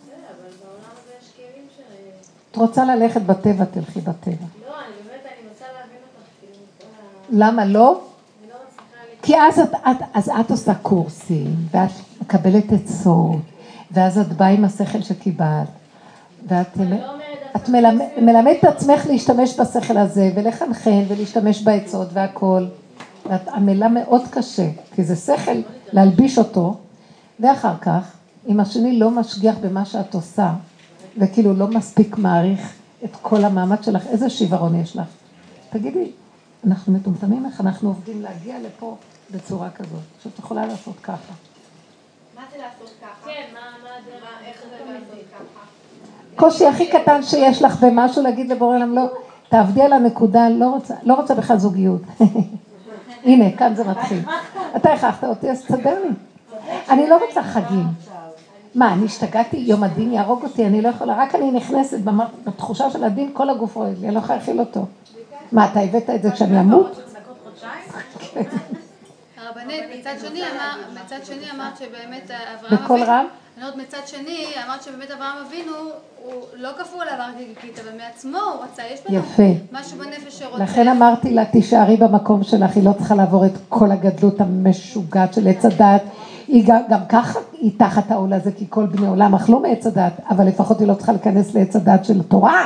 את רוצה ללכת בטבע, תלכי בטבע. לא, אני באמת, אני רוצה להבין אותך. למה לא? כי אז את, את, אז את עושה קורסים, ואת מקבלת עצות, ואז את באה עם השכל שקיבלת, ואת את מלמד, מלמד את עצמך להשתמש בשכל הזה, ולחנכן, ולהשתמש בעצות והכל. ואת עמלה מאוד קשה, כי זה שכל להלביש אותו, ואחר כך, אם השני לא משגיח במה שאת עושה, וכאילו לא מספיק מעריך את כל המאמץ שלך, איזה שיוורון יש לך? תגידי, אנחנו מטומטמים איך אנחנו עובדים להגיע לפה בצורה כזאת, שאת יכולה לעשות ככה. מה זה לעשות ככה? כן, מה, מה הדרך? איך זה לעשות ככה? קושי הכי קטן שיש לך במשהו להגיד לבורא עולם, לא, תעבדי על הנקודה, לא רוצה, לא רוצה בכלל זוגיות. הנה, כאן זה מתחיל. אתה הכרחת אותי, אז תסדר לי. אני לא רוצה חגים. מה, אני השתגעתי, יום הדין יהרוג אותי, אני לא יכולה, רק אני נכנסת בתחושה של הדין, כל הגוף רועד לי, אני לא יכולה להכיל אותו. מה, אתה הבאת את זה כשאני אמות? הרבנית, מצד שני, מצד שני אמרת שבאמת אברהם בכל רם? אני עוד מצד שני, אמרת שבאמת אברהם אבינו, הוא לא כפו עליו הר כגיגית, אבל מעצמו הוא רצה, יש לנו משהו בנפש שרוצה. לכן אמרתי לה, תישארי במקום שלך, היא לא צריכה לעבור את כל הגדלות המשוגעת של עץ הדת, היא גם, גם ככה היא תחת העול הזה, כי כל בני עולם אכלו מעץ הדת, אבל לפחות היא לא צריכה להיכנס לעץ הדת של התורה.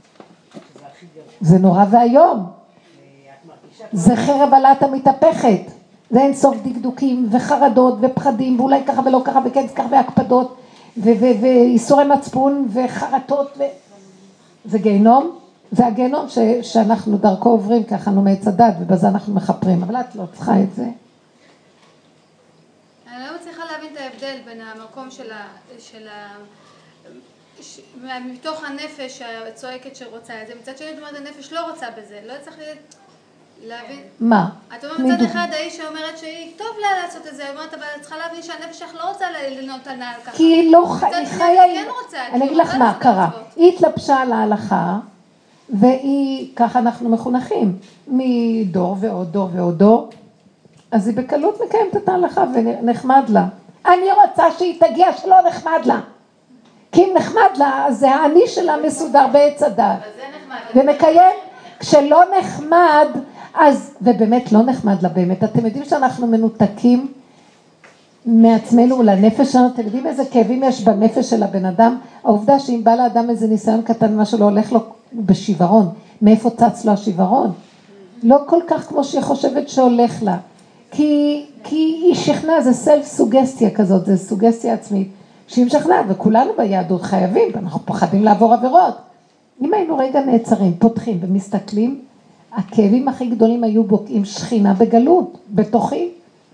זה נורא והיום. זה חרב עלת המתהפכת. זה אין סוף דקדוקים וחרדות ופחדים, ואולי ככה ולא ככה וכן ככה והקפדות, ואיסורי מצפון וחרטות. ו... זה גיהנום, זה הגיהנום ש... שאנחנו דרכו עוברים, ככה אנו מעץ הדת, ובזה אנחנו מחפרים, אבל את לא צריכה את זה. אני לא מצליחה להבין להבין את ההבדל בין המקום של ה... של ה... ש... מתוך הנפש הצועקת שרוצה את זה, מצד שני, זאת אומרת, הנפש לא רוצה בזה, לא צריך להבין... מה? את אומרת מצד אחד, האיש שאומרת שהיא טוב לה לעשות את זה, אומרת, אבל את צריכה להבין שהנפש שלך לא רוצה לנות הנעל ככה. כי היא לא חיה... כן רוצה, אני אגיד לך מה קרה. היא התלבשה על ההלכה, והיא, ככה אנחנו מחונכים, מדור ועוד דור ועוד דור, אז היא בקלות מקיימת את ההלכה ונחמד לה. אני רוצה שהיא תגיע שלא נחמד לה. כי אם נחמד לה, אז זה האני שלה מסודר בעץ הדת. ומקיים, כשלא נחמד, אז, ובאמת לא נחמד לה באמת. אתם יודעים שאנחנו מנותקים מעצמנו לנפש שלנו, אתם יודעים איזה כאבים יש בנפש של הבן אדם? העובדה שאם בא לאדם איזה ניסיון קטן, משהו לא הולך לו בשיוורון, מאיפה צץ לו השיוורון? לא כל כך כמו שהיא חושבת שהולך לה. כי, כי היא שכנעה, זה סלף סוגסטיה כזאת, זה סוגסטיה עצמית, שהיא משכנעת, וכולנו ביהדות חייבים, ואנחנו פחדים לעבור עבירות. אם היינו רגע נעצרים, פותחים ומסתכלים, הכאבים הכי גדולים היו בוקעים שכינה בגלות, בתוכי.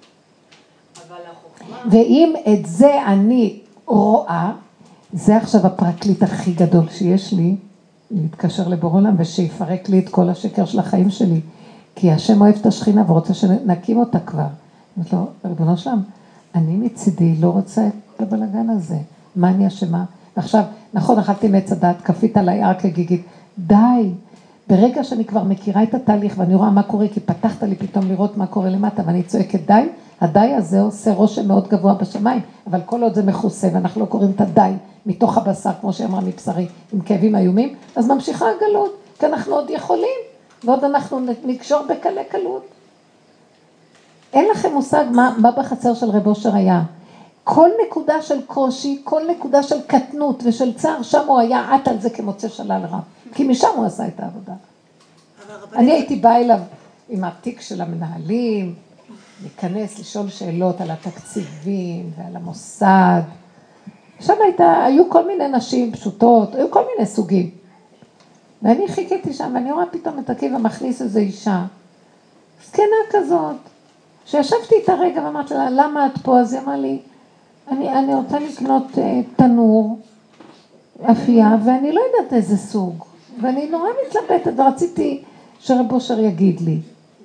ואם את זה אני רואה, זה עכשיו הפרקליט הכי גדול שיש לי, להתקשר לבור עולם ושיפרק לי את כל השקר של החיים שלי. כי השם אוהב את השכינה ורוצה שנקים אותה כבר. אומרת לו, ריבונו שלם, אני מצידי לא רוצה את הבלגן הזה. מה אני אשמה? ועכשיו, נכון, אכלתי מעץ הדת, כפית עליי הר כגיגית. די. ברגע שאני כבר מכירה את התהליך ואני רואה מה קורה, כי פתחת לי פתאום לראות מה קורה למטה, ואני צועקת די, הדי הזה עושה רושם מאוד גבוה בשמיים, אבל כל עוד זה מכוסה ואנחנו לא קוראים את הדי מתוך הבשר, כמו שאמרה מבשרי, עם כאבים איומים, אז ממשיכה הגלות, כי אנחנו עוד יכולים. ועוד אנחנו נקשור בקלה קלות. אין לכם מושג מה, מה בחצר של רב אושר היה. כל נקודה של קושי, כל נקודה של קטנות ושל צער, שם הוא היה עט על זה כמוצא שלל רע. כי משם הוא עשה את העבודה. אני הייתי באה אליו עם התיק של המנהלים, להיכנס, לשאול שאלות על התקציבים ועל המוסד. שם הייתה, היו כל מיני נשים פשוטות, היו כל מיני סוגים. ואני חיכיתי שם, ואני רואה פתאום את עקיבא מכניס איזו אישה, זקנה כזאת, שישבתי איתה רגע ואמרתי לה, למה את פה? אז היא אמרה לי, אני, אני רוצה לקנות uh, תנור, אפייה, ואני לא יודעת איזה סוג, ואני נורא מתלבטת, ורציתי שרב אושר יגיד לי.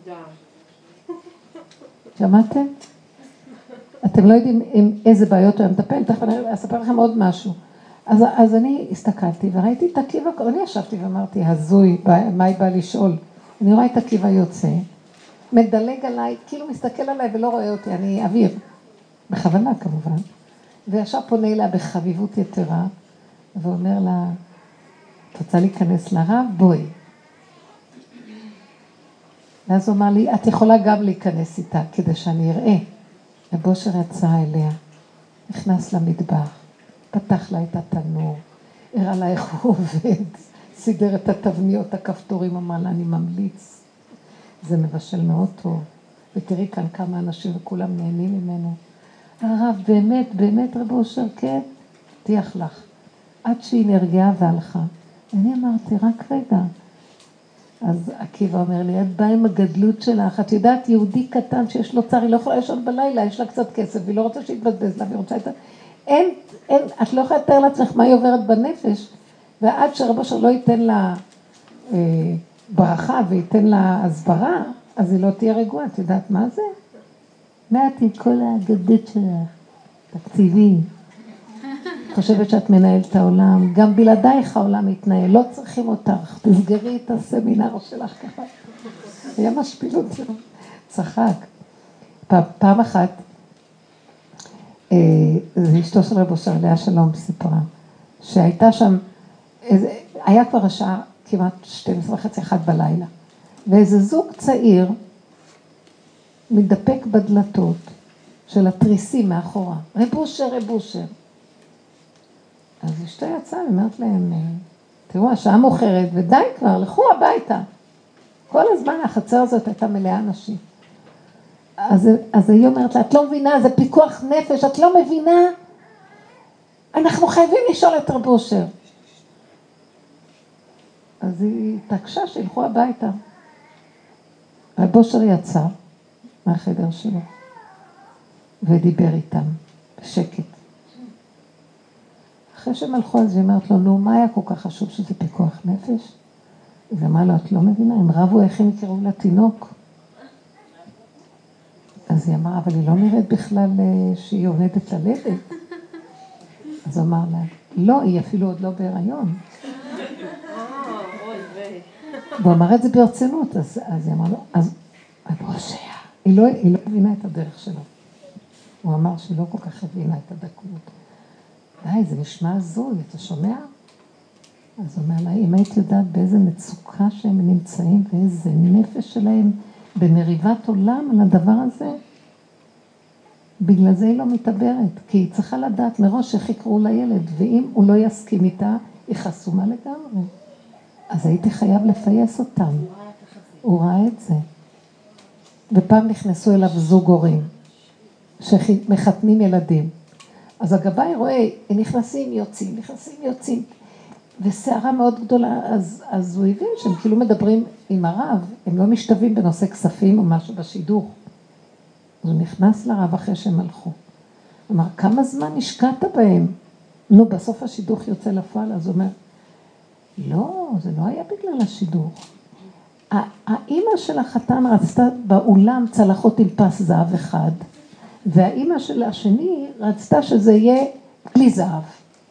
שמעתם? אתם לא יודעים עם איזה בעיות הוא מטפל, תכף אני אספר לכם עוד משהו. אז, אז אני הסתכלתי וראיתי את עקיבא, אני ישבתי ואמרתי, הזוי, מה היא באה לשאול? אני רואה את עקיבא יוצא, מדלג עליי, כאילו מסתכל עליי ולא רואה אותי, אני אוויר, בכוונה כמובן, וישר פונה אליה בחביבות יתרה, ואומר לה, את רוצה להיכנס לרב? בואי. ואז הוא אמר לי, את יכולה גם להיכנס איתה, כדי שאני אראה. רב אושר יצא אליה, נכנס למטבח, פתח לה את התנור, הראה לה איך הוא עובד, סידר את התבניות, הכפתורים, אמר לה, אני ממליץ. זה מבשל מאוד טוב. ותראי כאן כמה אנשים וכולם נהנים ממנו. הרב, באמת, באמת רב אושר, כן, תיח לך. עד שהיא נרגעה והלכה. אני אמרתי, רק רגע. אז עקיבא אומר לי, את באה עם הגדלות שלך, את יודעת, יהודי קטן שיש לו צער, היא לא יכולה לישון בלילה, יש לה קצת כסף, והיא לא רוצה שיתבזבז לה, והיא רוצה את ה... אין, אין, את לא יכולה לתאר לעצמך מה היא עוברת בנפש, ועד שרב אושר לא ייתן לה אה, ברכה וייתן לה הסברה, אז היא לא תהיה רגועה, את יודעת מה זה? מעט עם כל הגדות שלך, תקציבים. חושבת שאת מנהלת את העולם, גם בלעדייך העולם מתנהל, לא צריכים אותך, תסגרי את הסמינר שלך ככה. היה משפיל אותי, צחק. פעם, פעם אחת, אה, זה אשתו של רב אושר, לאה שלום סיפרה, שהייתה שם, איזה, היה כבר השעה כמעט שתים עשרה וחצי אחת בלילה, ואיזה זוג צעיר מדפק בדלתות של התריסים מאחורה, רב אושר, רב אושר. אז אשתו יצאה, אמרת להם, תראו, השעה מאוחרת, ודי כבר, לכו הביתה. כל הזמן החצר הזאת הייתה מלאה אנשים. אז, אז היא אומרת לה, את לא מבינה, זה פיקוח נפש, את לא מבינה? אנחנו חייבים לשאול את רב אושר. אז היא התעקשה שילכו הביתה. רב אושר יצא מהחדר שלו, ודיבר איתם שקט. אחרי שהם הלכו, אז היא אמרת לו, נו, מה היה כל כך חשוב שזה פיקוח נפש? אז אמרה לו, את לא מבינה, הם רבו איך הם יקראו לתינוק. אז היא אמרה, אבל היא לא נראית בכלל שהיא עומדת ללדת. אז אמר לה, לא, היא אפילו עוד לא בהיריון. והוא אמר את זה ברצינות, אז היא אמרה לו, אז הבושע, היא לא הבינה את הדרך שלו. הוא אמר שהיא לא כל כך הבינה את הדקות. די, זה נשמע הזוי, אתה שומע? אז הוא אומר לה, אם היית יודעת באיזה מצוקה שהם נמצאים, ואיזה נפש שלהם במריבת עולם על הדבר הזה, בגלל זה היא לא מתעברת, כי היא צריכה לדעת מראש איך יקראו לילד, ואם הוא לא יסכים איתה, היא חסומה לגמרי. אז הייתי חייב לפייס אותם. הוא ראה את זה. ופעם נכנסו אליו זוג הורים, שמחתנים ילדים. אז הגבאי רואה, הם נכנסים, יוצאים, נכנסים, יוצאים. ושערה מאוד גדולה, אז, אז הוא הבין שהם כאילו מדברים עם הרב, הם לא משתווים בנושא כספים או משהו בשידור. אז הוא נכנס לרב אחרי שהם הלכו. הוא אמר, כמה זמן השקעת בהם? נו, בסוף השידוך יוצא לפועל, אז הוא אומר, לא, זה לא היה בגלל השידוך. האמא של החתן רצתה באולם צלחות עם פס זהב אחד, והאמא של השני רצתה שזה יהיה בלי זהב.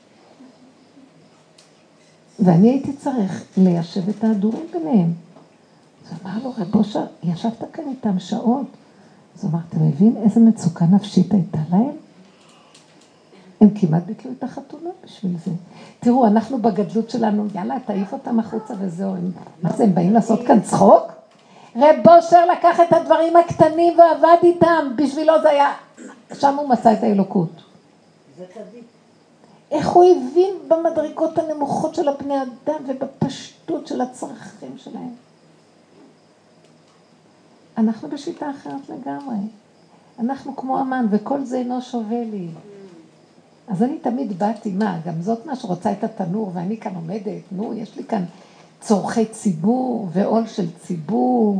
ואני הייתי צריך ליישב את ההדורים ביניהם. אז אמר לו, רב אושר, ישבת כאן איתם שעות. אז אמר, אתה מבין איזה מצוקה נפשית הייתה להם? הם כמעט ביטלו את החתונה בשביל זה. תראו, אנחנו בגדלות שלנו, יאללה, תעיף אותם החוצה וזהו. הם, מה זה, הם באים לעשות כאן צחוק? רב אושר לקח את הדברים הקטנים ועבד איתם, בשבילו זה היה, שם הוא מצא את האלוקות. זה צדיק. איך הוא הבין במדרגות הנמוכות של הבני אדם ובפשטות של הצרכים שלהם. אנחנו בשיטה אחרת לגמרי. אנחנו כמו אמן, וכל זה אינו שווה לי. אז אני תמיד באתי, מה, גם זאת מה שרוצה את התנור, ואני כאן עומדת, נו, יש לי כאן צורכי ציבור ועול של ציבור.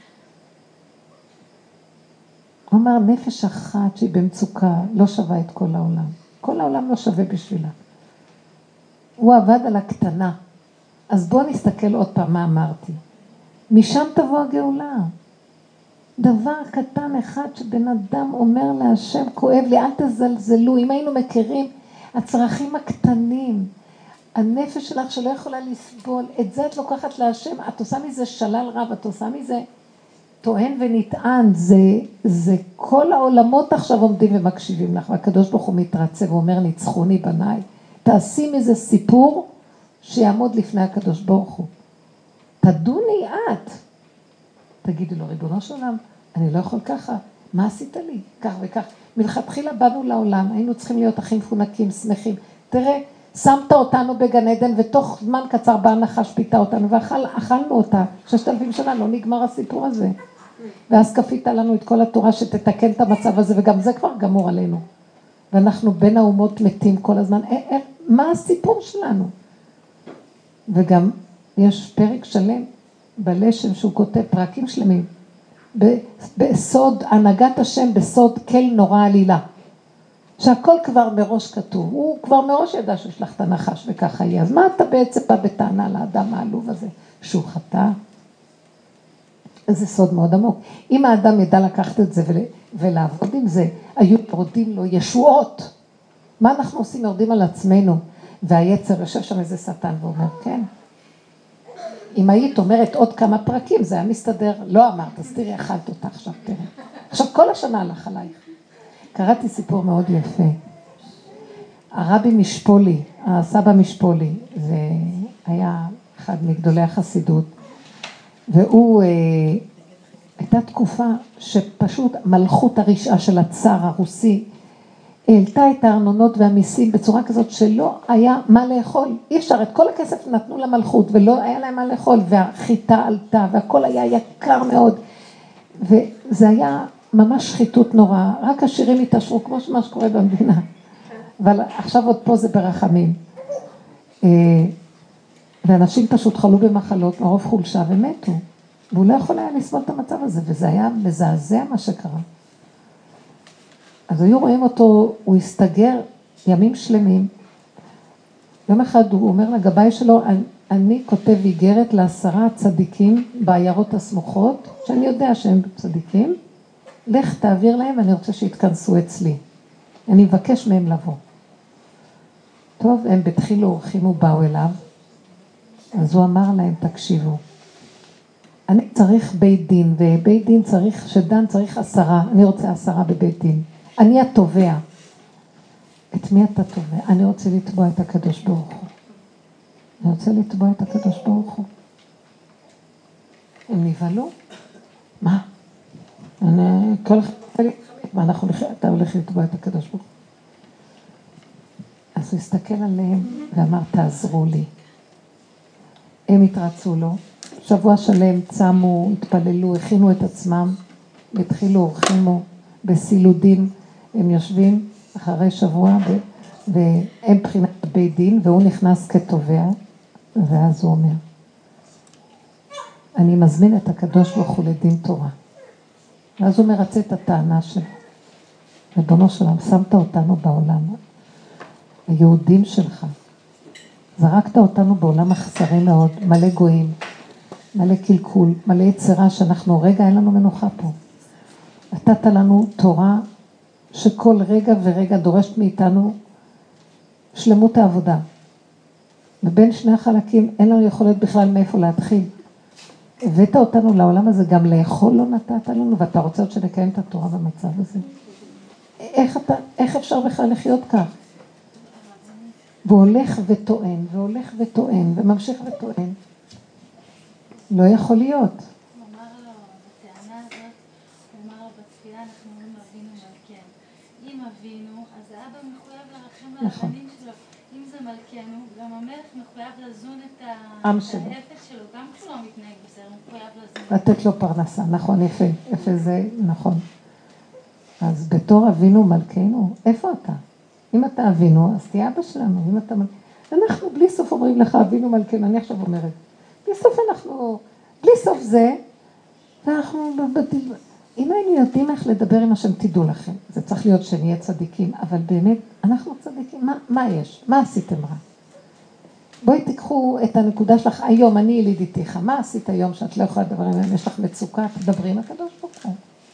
הוא אמר, נפש אחת שהיא במצוקה לא שווה את כל העולם. כל העולם לא שווה בשבילה. הוא עבד על הקטנה. אז בואו נסתכל עוד פעם מה אמרתי. משם תבוא הגאולה. דבר קטן אחד שבן אדם אומר להשם, כואב לי, אל תזלזלו. אם היינו מכירים, הצרכים הקטנים, הנפש שלך שלא יכולה לסבול, את זה את לוקחת להשם, את עושה מזה שלל רב, את עושה מזה טוען ונטען, זה, זה כל העולמות עכשיו עומדים ומקשיבים לך, והקדוש ברוך הוא מתרצה ואומר, ניצחוני בניי, תעשי מזה סיפור שיעמוד לפני הקדוש ברוך הוא. תדוני את. תגידי לו, ריבונו של עולם, אני לא יכול ככה, מה עשית לי? כך וכך. מלכתחילה באנו לעולם, היינו צריכים להיות אחים מפונקים, שמחים. תראה, שמת אותנו בגן עדן, ותוך זמן קצר בא נחש פיתה אותנו, ואכלנו אותה. ששת אלפים שנה לא נגמר הסיפור הזה. ואז כפית לנו את כל התורה שתתקן את המצב הזה, וגם זה כבר גמור עלינו. ואנחנו בין האומות מתים כל הזמן. אה, אה, מה הסיפור שלנו? וגם יש פרק שלם בלשם שהוא כותב, פרקים שלמים, בסוד הנהגת השם, בסוד כל נורא עלילה. שהכל כבר מראש כתוב, הוא כבר מראש ידע שיש לך את הנחש וככה יהיה. אז מה אתה בעצם בא בטענה לאדם העלוב הזה? שהוא חטא? זה סוד מאוד עמוק. אם האדם ידע לקחת את זה ולעבוד עם זה, היו יורדים לו ישועות. מה אנחנו עושים? יורדים על עצמנו. והיצר יושב שם איזה שטן ואומר, כן. אם היית אומרת עוד כמה פרקים, זה היה מסתדר. לא אמרת, אז תראי, אכלת אותה עכשיו, תראי. עכשיו כל השנה הלך עלייך. קראתי סיפור מאוד יפה. הרבי משפולי, הסבא משפולי, זה היה אחד מגדולי החסידות, והוא, אה, הייתה תקופה שפשוט מלכות הרשעה של הצאר הרוסי, העלתה את הארנונות והמיסים בצורה כזאת שלא היה מה לאכול. אי אפשר, את כל הכסף נתנו למלכות ולא היה להם מה לאכול, והחיטה עלתה והכל היה יקר מאוד. וזה היה ממש שחיתות נורא, רק השירים התעשרו כמו שמה שקורה במדינה. אבל עכשיו עוד פה זה ברחמים. ואנשים פשוט חלו במחלות מרוב חולשה ומתו. והוא לא יכול היה לסבול את המצב הזה, וזה היה מזעזע מה שקרה. אז היו רואים אותו, הוא הסתגר ימים שלמים. יום אחד הוא אומר לגבאי שלו, אני כותב איגרת לעשרה צדיקים בעיירות הסמוכות, שאני יודע שהם צדיקים, לך תעביר להם, אני רוצה שיתכנסו אצלי. אני מבקש מהם לבוא. טוב, הם בתחילו אורחים ובאו אליו, אז הוא אמר להם, תקשיבו, אני צריך בית דין, ובית דין צריך, שדן צריך עשרה, אני רוצה עשרה בבית דין. אני התובע. את מי אתה תובע? אני רוצה לתבוע את הקדוש ברוך הוא. אני רוצה לתבוע את הקדוש ברוך הוא. הם נבהלו? מה? אני, כל אחד, מה אנחנו, אתה הולך לתבוע את הקדוש ברוך הוא. אז הוא הסתכל עליהם ואמר, תעזרו לי. הם התרצו לו, שבוע שלם צמו, התפללו, הכינו את עצמם, התחילו אורחימו בסילודים, הם יושבים אחרי שבוע והם בחינת בית דין, והוא נכנס כתובע, ואז הוא אומר, אני מזמין את הקדוש ברוך הוא לדין תורה. ואז הוא מרצה את הטענה שלו. ריבונו שלם, שמת אותנו בעולם, היהודים שלך. זרקת אותנו בעולם אכזרי מאוד, מלא גויים, מלא קלקול, מלא יצירה שאנחנו, רגע, אין לנו מנוחה פה. נתת לנו תורה שכל רגע ורגע דורשת מאיתנו שלמות העבודה. ובין שני החלקים אין לנו יכולת בכלל מאיפה להתחיל. הבאת אותנו לעולם הזה, גם לאכול לא נתת לנו, ואתה רוצה עוד שנקיים את התורה במצב הזה. איך, אתה, איך אפשר בכלל לחיות כך? והוא הולך וטוען, והולך וטוען, וממשיך וטוען. לא יכול להיות. הוא אמר לו, בטענה הזאת, הוא אמר לו, בתפילה אנחנו אומרים אבינו מלכנו. אם אבינו, אז האבא מחויב לרחם על הבנים שלו. אם זה מלכנו, גם המלך מחויב לזון את ההפך שלו, גם כשהוא לא מתנהג בסדר, הוא מחויב לזון. לתת לו פרנסה, נכון, יפה, יפה זה, נכון. אז בתור אבינו מלכנו, איפה אתה? אם אתה אבינו, אז תהיה אבא שלנו. אם אתה... אנחנו בלי סוף אומרים לך, אבינו מלכנו, אני עכשיו אומרת, בלי סוף אנחנו, בלי סוף זה, ואנחנו, אם היינו יודעים איך לדבר עם השם, תדעו לכם, זה צריך להיות שנהיה צדיקים, אבל באמת, אנחנו צדיקים, מה, מה יש? מה עשיתם רע? בואי תיקחו את הנקודה שלך, היום אני ילידיתיך, מה עשית היום שאת לא יכולה לדבר עם, יש לך מצוקה, תדברי עם הקדוש ברוך הוא.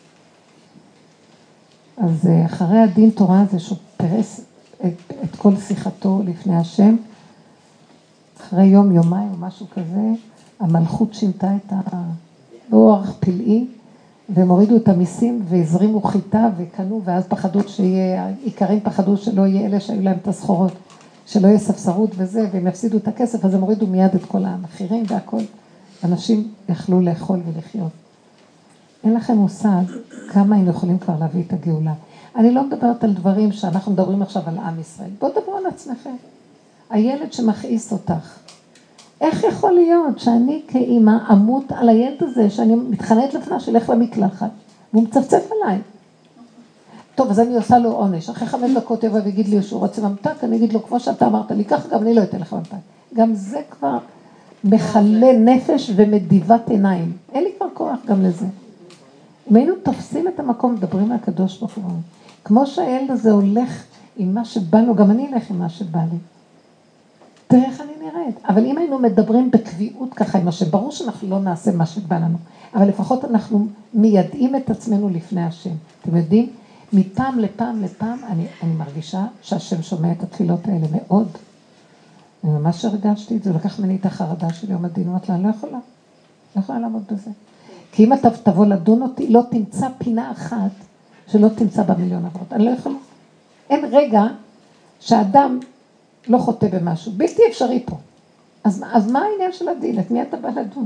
אז אחרי הדין תורה הזה שהוא פרס את, את כל שיחתו לפני השם, אחרי יום, יומיים או משהו כזה, המלכות שינתה את האורח פלאי, והם הורידו את המיסים והזרימו חיטה וקנו, ואז פחדו שיהיה, עיקרים פחדו שלא יהיה אלה שהיו להם את הסחורות, שלא יהיה ספסרות וזה, והם יפסידו את הכסף, אז הם הורידו מיד את כל המחירים והכל. אנשים יכלו לאכול ולחיות. אין לכם מושג כמה הם יכולים כבר להביא את הגאולה. אני לא מדברת על דברים שאנחנו מדברים עכשיו על עם ישראל. בואו דברו על עצמכם. הילד שמכעיס אותך. איך יכול להיות שאני כאימא אמות על הילד הזה, שאני מתחננת לפני שילך למקלחת, והוא מצפצף עליי. טוב, אז אני עושה לו עונש. אחרי חמש דקות יבוא ויגיד לי שהוא רוצה ממתק, אני אגיד לו, כמו שאתה אמרת לי, ככה גם אני לא אתן לך ממתק. גם זה כבר מחלה נפש ומדיבת עיניים. אין לי כבר כוח גם לזה. אם היינו תופסים את המקום, מדברים על הקדוש ברוך הוא. כמו שהילד הזה הולך עם מה שבא לו, גם אני אלך עם מה שבא לי. תראה איך אני נראית. אבל אם היינו מדברים בקביעות ככה עם השם, ברור שאנחנו לא נעשה מה שבא לנו, אבל לפחות אנחנו מיידעים את עצמנו לפני השם. אתם יודעים? מפעם לפעם לפעם אני, אני מרגישה שהשם שומע את התפילות האלה מאוד. אני ממש הרגשתי את זה, לקח ממני את החרדה של יום הדין, אמרת לה, אני לא יכולה, לא יכולה לעמוד בזה. כי אם אתה תבוא לדון אותי, לא תמצא פינה אחת שלא תמצא במיליון עברות. אני לא יכולה. אין רגע שהאדם לא חוטא במשהו. בלתי אפשרי פה. אז, אז מה העניין של הדין? את מי אתה בא לדון?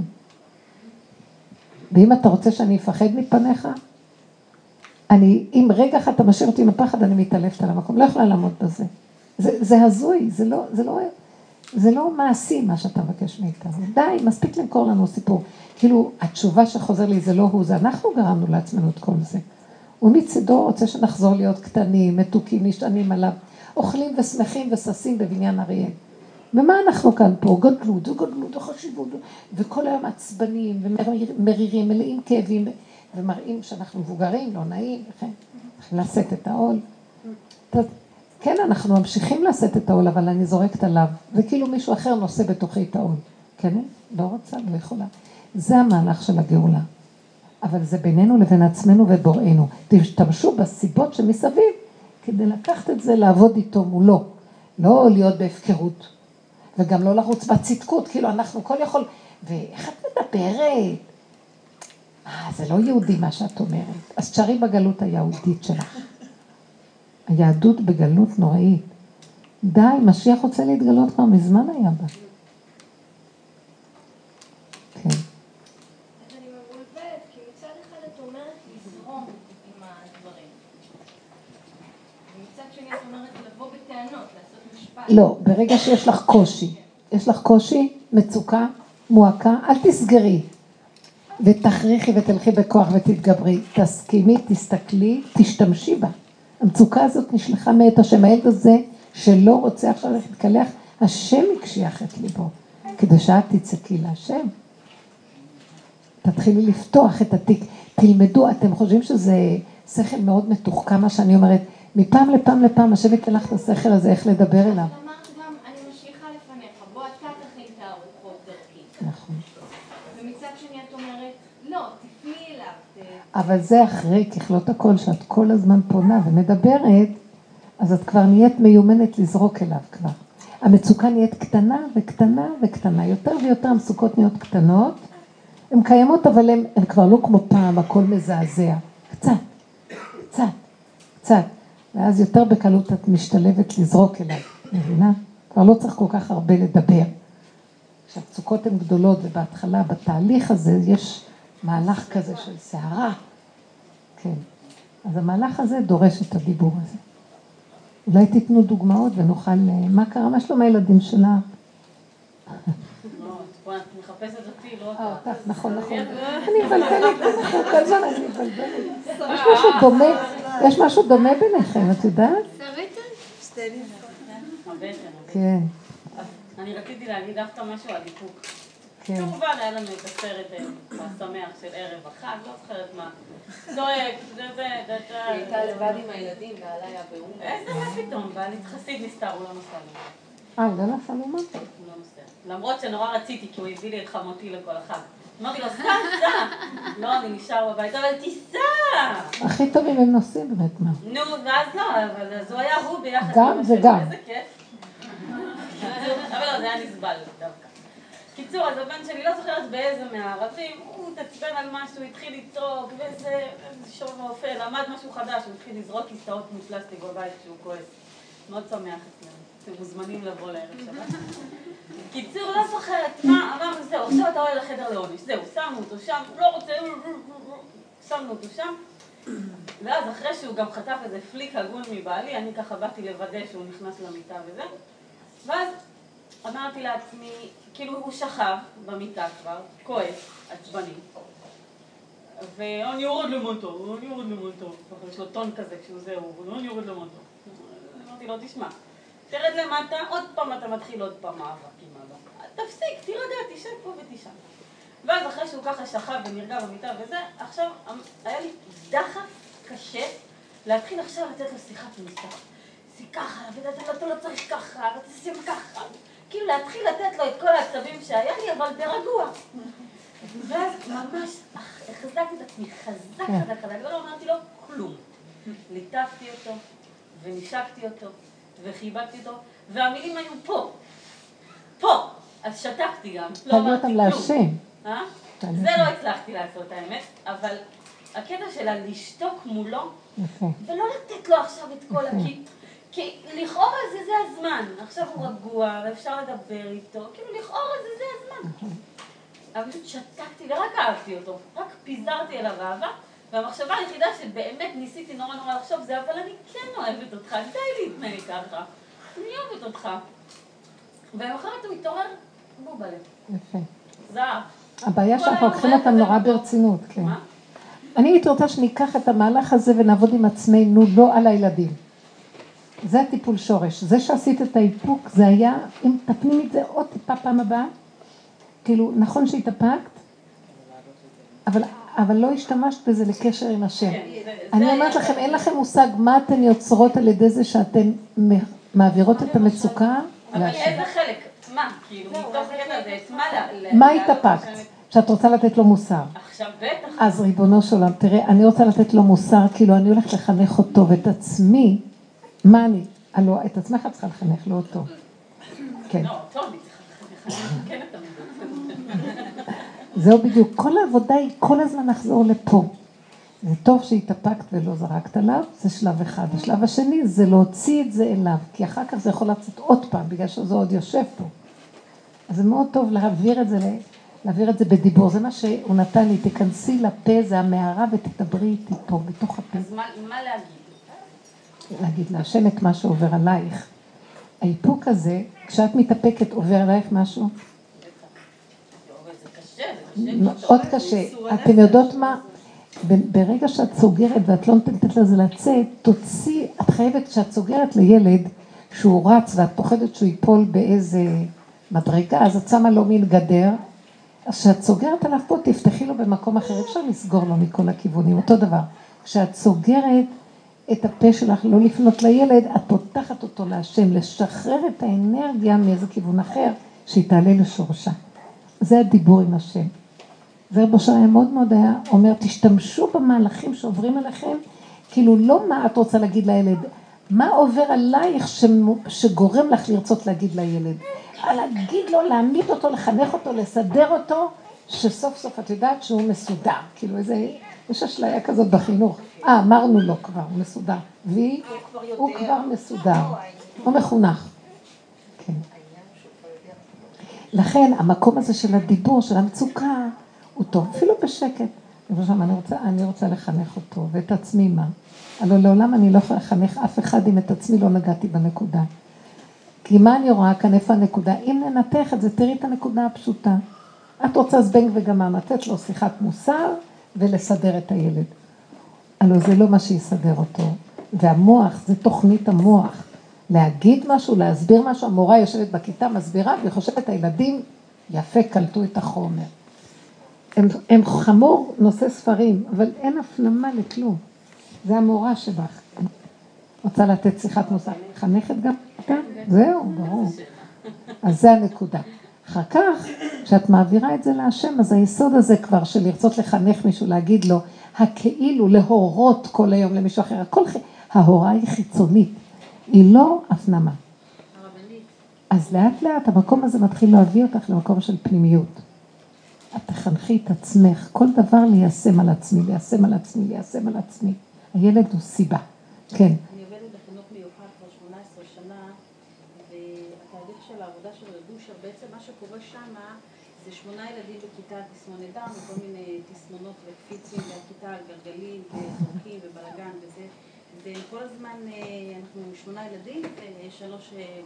ואם אתה רוצה שאני אפחד מפניך, אני, אם רגע אחד אתה משאיר אותי עם הפחד, אני מתעלפת על המקום. לא יכולה לעמוד בזה. זה, זה הזוי, זה לא, זה לא, זה לא מעשי מה שאתה מבקש מאיתנו. די, מספיק למכור לנו סיפור. כאילו, התשובה שחוזר לי זה לא הוא, זה אנחנו גרמנו לעצמנו את כל זה. ומצדו רוצה שנחזור להיות קטנים, מתוקים, נשענים עליו, אוכלים ושמחים וששים בבניין אריאל. ומה אנחנו כאן פה? גדלות, גדלות, חשיבות, וכל היום עצבנים ומרירים, מלאים כאבים, ומראים שאנחנו מבוגרים, לא נעים, וכן. לשאת את העול. כן, אנחנו ממשיכים לשאת את העול, אבל אני זורקת עליו, וכאילו מישהו אחר נושא בתוכי את העול. כן, לא רוצה, לא יכולה. זה המהלך של הגאולה. אבל זה בינינו לבין עצמנו ובוראנו. תשתמשו בסיבות שמסביב, כדי לקחת את זה, לעבוד איתו מולו. לא להיות בהפקרות, וגם לא לרוץ בצדקות, כאילו אנחנו כל יכול... ואיך את מדברת? אה, זה לא יהודי מה שאת אומרת. אז תשארי בגלות היהודית שלך. היהדות בגלות נוראית. די, משיח רוצה להתגלות כבר מזמן היה בה. כן. אז אני מבולבלת, כי מצד אחד את אומרת לזרום עם הדברים. ומצד שני את אומרת לבוא בטענות, לעשות משפט. לא, ברגע שיש לך קושי, יש לך קושי, מצוקה, מועקה, אל תסגרי. ותכריחי ותלכי בכוח ותתגברי. תסכימי, תסתכלי, תשתמשי בה. המצוקה הזאת נשלחה מאת השם, הילד הזה שלא רוצה עכשיו להתקלח, השם יקשיח את ליבו, כדי שאת תצעקי להשם. תתחילי לפתוח את התיק, תלמדו, אתם חושבים שזה שכל מאוד מתוחכם, מה שאני אומרת, מפעם לפעם לפעם, השם ייתן לך את השכל הזה, איך לדבר אליו. אמרת גם, אני משליחה לפניך, בוא אתה תכין את הארוחות דרכי. נכון. ומצד שני את אומרת, לא, תפני אליו. אבל זה אחרי ככלות הכל, שאת כל הזמן פונה ומדברת, אז את כבר נהיית מיומנת לזרוק אליו כבר. המצוקה נהיית קטנה וקטנה וקטנה, יותר ויותר המצוקות נהיות קטנות, הן קיימות אבל הן, הן כבר לא כמו פעם, הכל מזעזע. קצת, קצת, קצת. ואז יותר בקלות את משתלבת לזרוק אליו, מבינה? כבר לא צריך כל כך הרבה לדבר. כשהמצוקות הן גדולות ובהתחלה, בתהליך הזה יש מהלך כזה של סערה. כן. אז המהלך הזה דורש את הדיבור הזה. אולי תיתנו דוגמאות ונוכל, מה קרה? מה שלום הילדים שלה? לא, את מחפשת אותי, לא אותך. אה, אותך, נכון, נכון. אני מבלבלת, כל הזמן אני מבלבלת. יש משהו דומה, יש משהו דומה ביניכם, את יודעת? שריתם? כן. אני רציתי להגיד דווקא משהו על איפוק. כן. כמובן היה לנו את הסרט השמח של ערב החג, לא זוכרת מה. צועק, זה זה, זה זה. היא הייתה לבד עם הילדים, בעלה היה באום. איזה מה פתאום, בעלי חסיד נסתר, הוא לא נוסע לו. אה, הוא לא נפל לו מה? הוא לא נוסע. למרות שנורא רציתי, כי הוא הביא לי את חמותי לכל החג. אמרתי לו, סע, סע. לא, אני נשאר בבית, אבל תיסע. הכי טוב אם הם נוסעים באמת, מה? נו, ואז לא, אבל אז הוא היה הוא ביחד. גם וגם. איזה כיף. אבל לא, זה היה נסבל דווקא. קיצור, אז הבן שלי לא זוכרת באיזה מהערבים, הוא תצבן על משהו, התחיל לצעוק, ואיזה שוב ואופה, למד משהו חדש, הוא התחיל לזרוק כיסאות מפלסטיק בבית כשהוא כועס. מאוד שמח אצלנו, אתם מוזמנים לבוא לערב שבת. קיצור, לא זוכרת, מה, אמרנו, זהו, עכשיו אתה עולה לחדר לעונש, זהו, שמו אותו שם, לא רוצה, שמנו אותו שם. ואז אחרי שהוא גם חטף איזה פליק הגון מבעלי, אני ככה באתי לוודא שהוא נכנס למיטה וזה. ואז אמרתי לעצמי, כאילו הוא שכב במיטה כבר, כועס, עצבני. ואני יורד למוטו, אני יורד למוטו. יש לו טון כזה כשהוא זהו, ואני יורד למוטו. אמרתי לו, תשמע, תרד למטה, עוד פעם אתה מתחיל עוד פעם מאבק עם אבא. תפסיק, תירגע, תשב פה ותשב. ואז אחרי שהוא ככה שכב ונרגע במיטה וזה, עכשיו היה לי דחף קשה להתחיל עכשיו לתת לו שיחת מוסר. זה ככה, ואתה לא צריך ככה, ואתה עושים ככה. כאילו להתחיל לתת לו את כל העצבים שהיה לי, אבל ברגוע. ואז ממש החזקתי את עצמי, חזק חזק חזק, ולא אמרתי לו כלום. ליטפתי אותו, ונשקתי אותו, וחיבקתי אותו, והמילים היו פה. פה. אז שתקתי גם, לא אמרתי כלום. להשם. אה? זה לא הצלחתי לעשות האמת, אבל הקטע שלה לשתוק מולו, ולא לתת לו עכשיו את כל הקיט. כי לכאורה זה זה הזמן, עכשיו הוא רגוע ואפשר לדבר איתו, כאילו לכאורה זה זה הזמן. אבל פשוט שתקתי ורק אהבתי אותו, רק פיזרתי אליו אהבה, והמחשבה היחידה שבאמת ניסיתי נורא נורא לחשוב זה, אבל אני כן אוהבת אותך, די להתנהג ככה, אני אוהבת אותך. ומחרת הוא התעורר בובלה. יפה. זהב. הבעיה שאנחנו לוקחים אותם נורא ברצינות, כן. מה? אני הייתי רוצה שניקח את המהלך הזה ונעבוד עם עצמנו, לא על הילדים. זה הטיפול שורש. זה שעשית את האיפוק, זה היה, אם תפנים את זה עוד טיפה פעם הבאה, כאילו, נכון שהתאפקת, אבל אבל לא השתמשת בזה לקשר עם השם. אני אומרת לכם, אין לכם מושג מה אתן יוצרות על ידי זה שאתן מעבירות את המצוקה אבל להשם. איזה חלק? מה? כאילו, מתוך הקטע הזה, מה לה? מה התאפקת? שאת רוצה לתת לו מוסר. עכשיו בטח. אז ריבונו של עולם, תראה, אני רוצה לתת לו מוסר, כאילו אני הולכת לחנך אותו ואת עצמי, מה אני? הלוא, את עצמך את צריכה לחנך, לא אותו. כן. לא, טוב, היא צריכה לחנך, כן את המידות. זהו בדיוק, כל העבודה היא כל הזמן לחזור לפה. זה טוב שהתאפקת ולא זרקת עליו, זה שלב אחד. השלב השני זה להוציא את זה אליו, כי אחר כך זה יכול לצאת עוד פעם, בגלל שזה עוד יושב פה. אז זה מאוד טוב להעביר את זה, להעביר את זה בדיבור. זה מה שהוא נתן לי, תכנסי לפה, זה המערה ותדברי איתי פה, בתוך הפה. אז מה, מה להגיד? להגיד להשם את מה שעובר עלייך. האיפוק הזה, כשאת מתאפקת עובר עלייך משהו? מאוד קשה. אתם יודעות מה? ברגע שאת סוגרת ואת לא נותנת לזה לצאת, תוציא, את חייבת כשאת סוגרת לילד שהוא רץ ואת פוחדת שהוא ייפול באיזה מדרגה, אז את שמה לו מין גדר, אז כשאת סוגרת עליו פה, תפתחי לו במקום אחר, אפשר לסגור לו מכל הכיוונים, אותו דבר. כשאת סוגרת את הפה שלך, לא לפנות לילד, את פותחת אותו להשם, לשחרר את האנרגיה מאיזה כיוון אחר, שהיא תעלה לשורשה. זה הדיבור עם השם. ורב אושר היה מאוד מאוד היה אומר, תשתמשו במהלכים שעוברים עליכם, כאילו לא מה את רוצה להגיד לילד, מה עובר עלייך שגורם לך לרצות להגיד לילד. להגיד לו, להעמיד אותו, לחנך אותו, לסדר אותו, שסוף סוף את יודעת שהוא מסודר. כאילו איזה, יש אשליה כזאת בחינוך. אה, אמרנו לו כבר, הוא מסודר. והיא, הוא כבר מסודר. הוא מחונך. כן. לכן המקום הזה של הדיבור, של המצוקה, הוא טוב, אפילו בשקט. אני רוצה, אני רוצה לחנך אותו, ואת עצמי מה? אבל לעולם אני לא יכולה לחנך אף אחד אם את עצמי לא נגעתי בנקודה. כי מה אני רואה כאן, איפה הנקודה? אם ננתח את זה, תראי את הנקודה הפשוטה. את רוצה זבנג וגמר, לתת לו שיחת מוסר ולסדר את הילד. אבל זה לא מה שיסדר אותו. והמוח, זה תוכנית המוח. להגיד משהו, להסביר משהו, המורה יושבת בכיתה, מסבירה, והיא חושבת, הילדים יפה קלטו את החומר. הם, הם חמור נושא ספרים, אבל אין הפנמה לכלום. זה המורה שבך. רוצה לתת שיחת מוסר. חנכת גם? זהו, ברור. אז זה הנקודה. אחר כך, כשאת מעבירה את זה להשם, אז היסוד הזה כבר של לרצות לחנך מישהו, להגיד לו, הכאילו להורות כל היום למישהו אחר, הכל, ההוראה היא חיצונית, היא לא הפנמה. אז לאט לאט המקום הזה מתחיל להביא אותך למקום של פנימיות. את תחנכי את עצמך, כל דבר ליישם על עצמי, ליישם על עצמי, ליישם על עצמי. הילד הוא סיבה. כן. אני עובדת בחינוך מיוחד כבר שמונה עשרה שנה, והתהליך של העבודה של רדושר, בעצם מה שקורה שם זה שמונה ילדים בכיתה תסמונת דאון, וכל מיני תסמונות וקפיצים, והכיתה על גלגלים וזורקים ובלגן וזה. וכל הזמן אנחנו שמונה ילדים ושלוש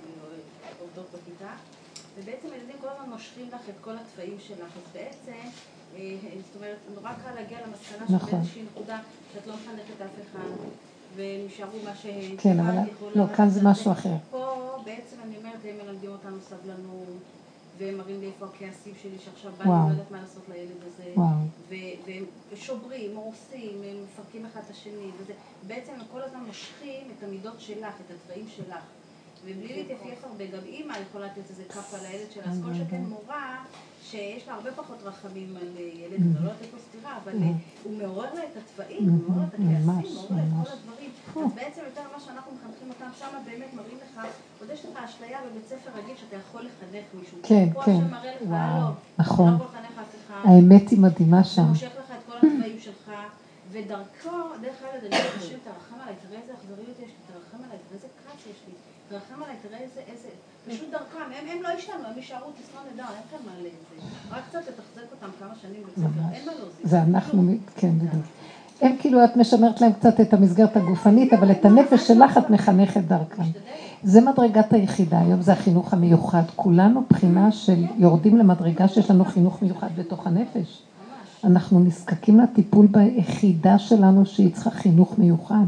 עובדות בכיתה, ובעצם הילדים כל הזמן מושכים לך את כל התוואים שלך, אז בעצם, זאת אומרת, נורא קל להגיע למסקנה שבאיזושהי נקודה שאת לא מחנכת אף אחד, והם נשארו מה שהם... כן, אבל לא, כאן זה משהו אחר. פה בעצם אני אומרת, הם מלמדים אותנו סבלנות, והם מראים לי איפה הכעסים שלי, שעכשיו בא, אני לא יודעת מה לעשות לילד הזה, והם שוברים, הורסים, הם מפרקים אחד את השני, וזה, בעצם הם כל הזמן מושכים את המידות שלך, את התוואים שלך, ובלי להתייפייף הרבה, גם אימא יכולה לתת איזה כף על הילד שלה, אז כל שכן מורה, שיש לה הרבה פחות רחמים על ילד, זה לא לתת לו סתירה, אבל הוא מעורר לה את התוואים, הוא מעורר את הכעסים, מעורר לה את כל הדברים, אז בעצם יותר מה שאנחנו מחנכים אותם שם, באמת מראים לך, עוד יש לך אשליה בבית ספר רגיל שאתה יכול לחנך מישהו, כן, כן, וואו, נכון, האמת היא מדהימה שם. זה מושך לך את כל התוואים שלך, ודרכו, דרך הילד, אני חושב, תרחם עליי, תראה איזה אכזריות יש לי, תרחם עליי, תראה איזה כעס יש לי, תרחם עליי, תראה איזה, איזה, פשוט דרכם, הם, הם לא ישנו, הם יישארו תסמונת דאון, אין כאן מעלה את זה, רק קצת לתחזק אותם כמה שנים בצפר, אין מה להוסיף. זה אנחנו, כן, בדיוק. הם כאילו, את משמרת להם קצת את המסגרת הגופנית, אבל את הנפש שלך את מחנכת דרכם. זה מדרגת היחידה, היום זה החינוך המיוחד, כולנו בחינה של יורדים למדרגה שיש לנו חינוך מיוחד בתוך הנפש. אנחנו נזקקים לטיפול ביחידה שלנו שהיא צריכה חינוך מיוחד.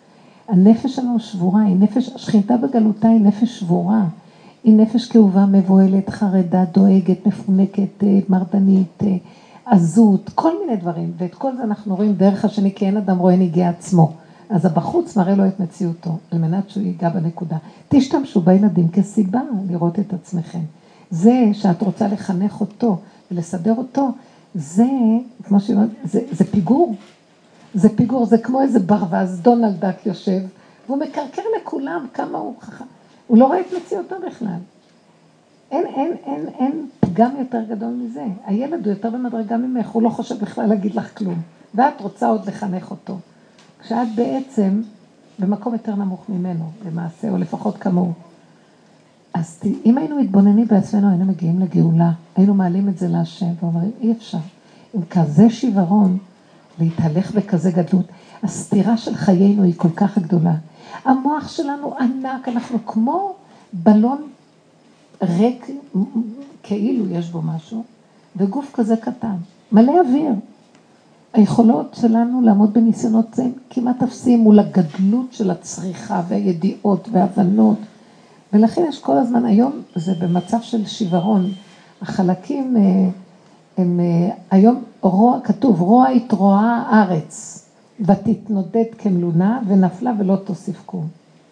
הנפש שלנו שבורה, היא נפש, השכינתה בגלותה היא נפש שבורה. היא נפש כאובה, מבועלת, חרדה, דואגת, מפונקת, מרדנית, עזות, כל מיני דברים, ואת כל זה אנחנו רואים דרך השני, כי אין אדם רואה ניגי עצמו. אז הבחוץ מראה לו את מציאותו, על מנת שהוא ייגע בנקודה. תשתמשו בילדים כסיבה לראות את עצמכם. זה שאת רוצה לחנך אותו ולסדר אותו, זה, כמו שאומרת, זה, זה פיגור. זה פיגור, זה כמו איזה ברווז, דונלד דק יושב, והוא מקרקר לכולם כמה הוא חכם. הוא לא רואה את מציאותו בכלל. אין, אין, אין, אין פגם יותר גדול מזה. הילד הוא יותר במדרגה ממך, הוא לא חושב בכלל להגיד לך כלום. ואת רוצה עוד לחנך אותו. כשאת בעצם במקום יותר נמוך ממנו, למעשה, או לפחות כמוהו. אז אם היינו מתבוננים בעצמנו, היינו מגיעים לגאולה, היינו מעלים את זה להשם, ואומרים, אי אפשר. עם כזה שיוורון, להתהלך בכזה גדלות, הסתירה של חיינו היא כל כך גדולה. המוח שלנו ענק, אנחנו כמו בלון ריק, כאילו יש בו משהו, וגוף כזה קטן, מלא אוויר. היכולות שלנו לעמוד בניסיונות זה כמעט אפסיים מול הגדלות של הצריכה והידיעות והבנות. ולכן יש כל הזמן, היום זה במצב של שיוורון. החלקים הם היום, רוע, כתוב, רוע התרועה הארץ, ותתנודד כמלונה ונפלה ולא תוסיף קום.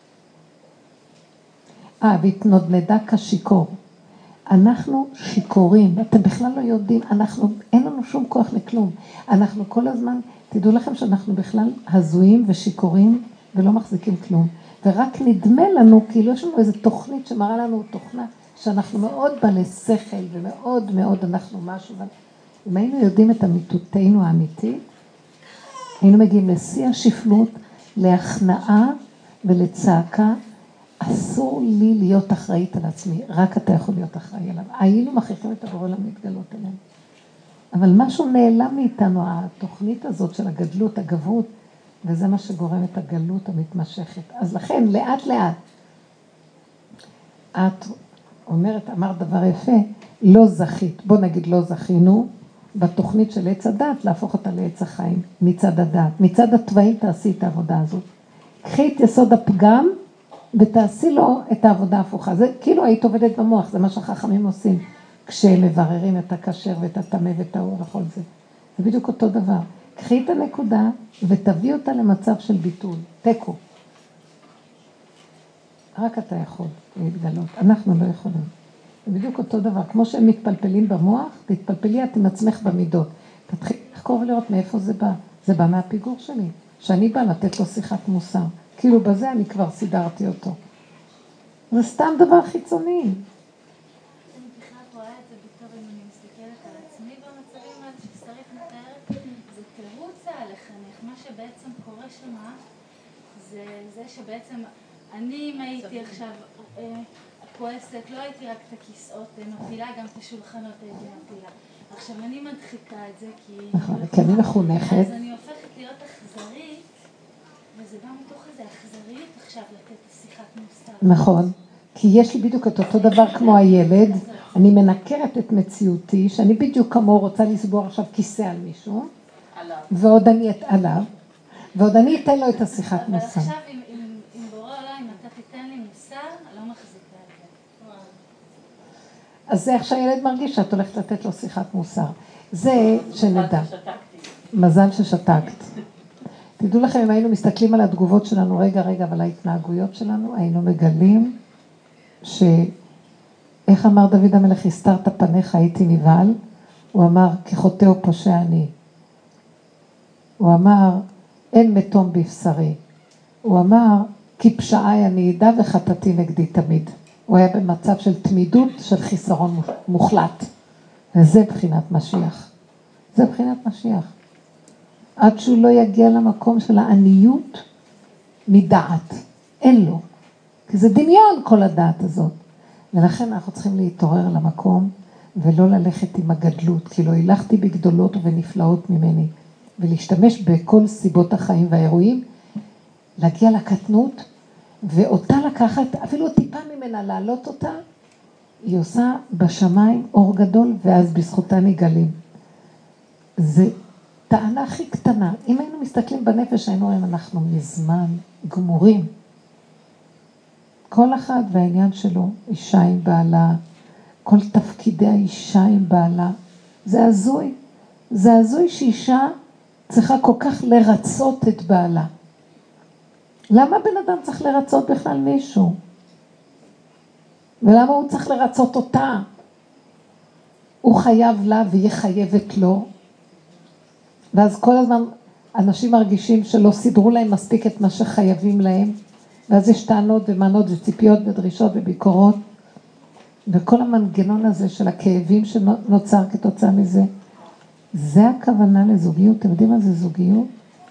אה, והתנודנדה כשיקור. אנחנו שיקורים, אתם בכלל לא יודעים, אנחנו, אין לנו שום כוח לכלום. אנחנו כל הזמן, תדעו לכם שאנחנו בכלל הזויים ושיקורים ולא מחזיקים כלום. ורק נדמה לנו, כאילו יש לנו איזו תוכנית שמראה לנו תוכנה, שאנחנו מאוד בעלי שכל ומאוד מאוד אנחנו משהו. אם היינו יודעים את אמיתותנו האמיתית, היינו מגיעים לשיא השפלות, להכנעה ולצעקה, אסור לי להיות אחראית על עצמי, רק אתה יכול להיות אחראי עליו. היינו מכריחים את הבורא להתגלות אליהם. אבל משהו נעלם מאיתנו, התוכנית הזאת של הגדלות, הגבות, וזה מה שגורם את הגלות המתמשכת. אז לכן, לאט לאט, את אומרת, אמרת דבר יפה, לא זכית, בוא נגיד לא זכינו, בתוכנית של עץ הדת, להפוך אותה לעץ החיים, מצד הדת. מצד הטבעים תעשי את העבודה הזאת. קחי את יסוד הפגם, ותעשי לו את העבודה ההפוכה. זה כאילו היית עובדת במוח, זה מה שהחכמים עושים, כשהם מבררים את הכשר ואת הטמא ואת האור וכל זה. זה בדיוק אותו דבר. קחי את הנקודה ותביא אותה למצב של ביטול, תיקו. רק אתה יכול להתגלות, אנחנו לא יכולים. זה בדיוק אותו דבר, כמו שהם מתפלפלים במוח, תתפלפלי את עם עצמך במידות. תתחיל לחקור ולראות מאיפה זה בא. זה בא מהפיגור שלי, שאני באה לתת לו שיחת מוסר. כאילו בזה אני כבר סידרתי אותו. זה סתם דבר חיצוני. אני בכלל רואה את זה בתור אם אני מסתכלת על עצמי במצבים האלה ששרית מתארת, זה תירוץ לחנך. מה שבעצם קורה שמה, זה זה שבעצם אני אם הייתי עכשיו כועסת, לא הייתי רק את הכיסאות מפילה, גם את השולחנות הייתי מפילה. עכשיו אני מדחיקה את זה כי... נכון, כי אני מחונכת. אז אני הופכת להיות אכזרית, וזה בא מתוך איזה אכזריות עכשיו לתת שיחת מוסר. נכון, כי יש לי בדיוק את אותו דבר כמו הילד, אני מנקרת את מציאותי, שאני בדיוק כמו רוצה לסבור עכשיו כיסא על מישהו, ועוד אני את עליו, ועוד אני אתן לו את השיחת מוסר. אבל עכשיו אם בורא עולה, אם אתה תיתן לי מוסר, אני לא מחזיקה את זה. אז זה איך שהילד מרגיש שאת הולכת לתת לו שיחת מוסר. זה שנדע. מזל ששתקת. תדעו לכם, אם היינו מסתכלים על התגובות שלנו, רגע, רגע, אבל ההתנהגויות שלנו, היינו מגלים ש... איך אמר דוד המלך, הסתרת פניך, הייתי נבהל. הוא אמר, כחוטא ופושע אני. הוא אמר, אין מתום בבשרי. הוא אמר, כי פשעי אני ידע וחטאתי נגדי תמיד. הוא היה במצב של תמידות, של חיסרון מוחלט. וזה בחינת משיח. זה בחינת משיח. עד שהוא לא יגיע למקום של העניות מדעת. אין לו. כי זה דמיון כל הדעת הזאת. ולכן אנחנו צריכים להתעורר למקום, ולא ללכת עם הגדלות, כי לא הלכתי בגדולות ובנפלאות ממני. ולהשתמש בכל סיבות החיים והאירועים, להגיע לקטנות, ואותה לקחת, אפילו טיפה ממנה להעלות אותה, היא עושה בשמיים אור גדול, ואז בזכותה נגלים. זה טענה הכי קטנה. אם היינו מסתכלים בנפש, היינו רואים, אנחנו מזמן גמורים. כל אחד והעניין שלו, אישה עם בעלה, כל תפקידי האישה עם בעלה, זה הזוי. זה הזוי שאישה צריכה כל כך לרצות את בעלה. למה בן אדם צריך לרצות בכלל מישהו? ולמה הוא צריך לרצות אותה? הוא חייב לה והיא חייבת לו. ואז כל הזמן אנשים מרגישים שלא סידרו להם מספיק את מה שחייבים להם. ואז יש טענות ומענות וציפיות ודרישות וביקורות. וכל המנגנון הזה של הכאבים שנוצר כתוצאה מזה. זה הכוונה לזוגיות. אתם יודעים מה זה זוגיות?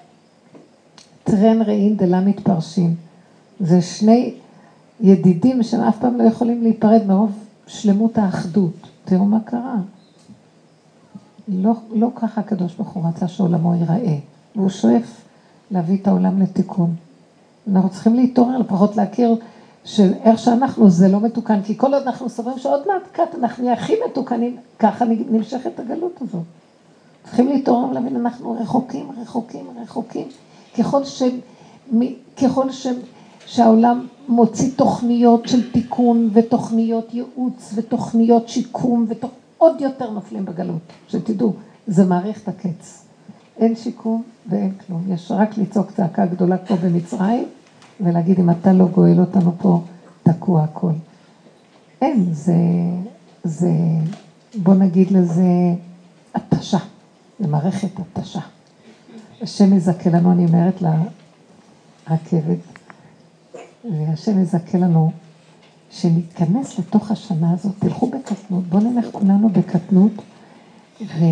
טרן רעין דלה מתפרשים. זה שני ידידים שהם אף פעם לא יכולים להיפרד מרוב שלמות האחדות. תראו מה קרה. לא, לא ככה הקדוש ברוך הוא רצה שעולמו ייראה. והוא שואף להביא את העולם לתיקון. אנחנו צריכים להתעורר, לפחות להכיר שאיך שאנחנו זה לא מתוקן. כי כל עוד אנחנו סוברים שעוד מעט קט אנחנו נהיה הכי מתוקנים, ככה נמשכת הגלות הזאת. צריכים להתעורר ולהבין, אנחנו רחוקים, רחוקים, רחוקים. ככל ש... ככל ש... שהעולם מוציא תוכניות של תיקון ותוכניות ייעוץ ותוכניות שיקום ותוכ... עוד יותר נופלים בגלות, שתדעו, זה מעריך את הקץ. אין שיקום ואין כלום, יש רק לצעוק צעקה גדולה פה במצרים, ולהגיד אם אתה לא גואל אותנו פה, תקוע הכל. אין, זה, זה, בוא נגיד לזה, התשה, זה מערכת התשה. השם יזכה לנו, אני אומרת לרכבת, והשם יזכה לנו, שניכנס לתוך השנה הזאת, תלכו בקטנות, בואו נלך כולנו בקטנות, ו...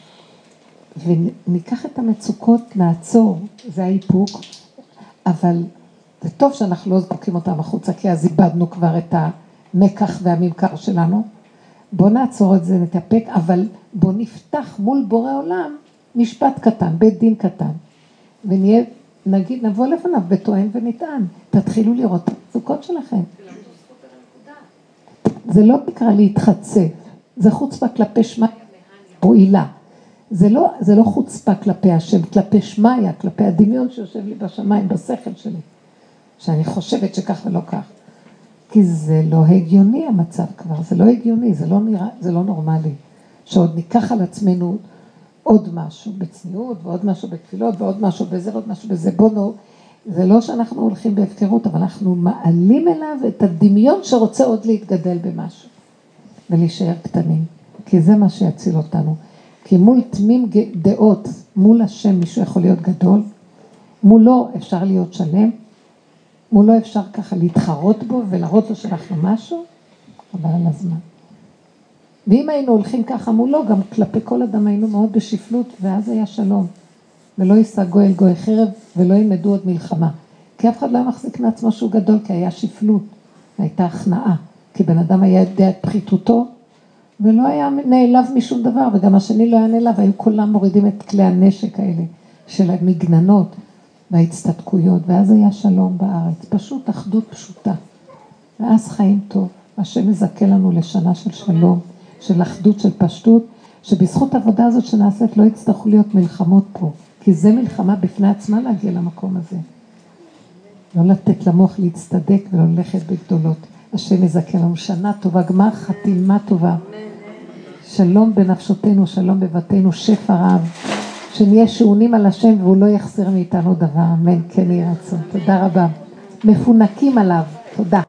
וניקח את המצוקות, נעצור, זה האיפוק, אבל זה טוב שאנחנו לא זקוקים אותם החוצה, כי אז איבדנו כבר את המקח והממכר שלנו, בואו נעצור את זה, נתאפק, אבל בואו נפתח מול בורא עולם, משפט קטן, בית דין קטן, ונהיה, נגיד, נבוא לפניו בטוען ונטען, תתחילו לראות את המצוקות שלכם. זה לא נקרא להתחצף, זה חוצפה כלפי שמיה מועילה. זה לא, זה לא חוצפה כלפי השם, כלפי שמיה, כלפי הדמיון שיושב לי בשמיים, בשכל שלי. שאני חושבת שכך ולא כך. כי זה לא הגיוני המצב כבר, זה לא הגיוני, זה לא נראה, זה לא נורמלי. שעוד ניקח על עצמנו עוד משהו בצניעות, ועוד משהו בתפילות, ועוד משהו בזה, ועוד משהו בזה. בואו, זה לא שאנחנו הולכים בהפקרות, אבל אנחנו מעלים אליו את הדמיון שרוצה עוד להתגדל במשהו. ולהישאר קטנים. כי זה מה שיציל אותנו. כי מול תמים דעות, מול השם מישהו יכול להיות גדול, מולו אפשר להיות שלם, מולו אפשר ככה להתחרות בו ולהראות לו שאנחנו משהו, אבל על הזמן. ואם היינו הולכים ככה מולו, גם כלפי כל אדם היינו מאוד בשפלות, ואז היה שלום. ולא יישא גואל גוי חרב, ולא ילמדו עוד מלחמה. כי אף אחד לא מחזיק מעצמו שהוא גדול, כי היה שפלות, הייתה הכנעה. כי בן אדם היה יודע את פחיתותו, ולא היה נעלב משום דבר, וגם השני לא היה נעלב, היו כולם מורידים את כלי הנשק האלה, של המגננות וההצטדקויות, ואז היה שלום בארץ, פשוט אחדות פשוטה. ואז חיים טוב, השם יזכה לנו לשנה של שלום, של אחדות, של פשטות, שבזכות העבודה הזאת שנעשית לא יצטרכו להיות מלחמות פה, כי זה מלחמה בפני עצמה להגיע למקום הזה. לא לתת למוח להצטדק ולא ללכת בגדולות. השם יזכה לנו שנה טובה, גמר חתימה טובה. שלום בנפשותנו, שלום בבתינו, שפע רב. שנהיה שעונים על השם והוא לא יחסיר מאיתנו דבר. אמן, כן יהיה רצון. תודה רבה. מפונקים עליו. תודה.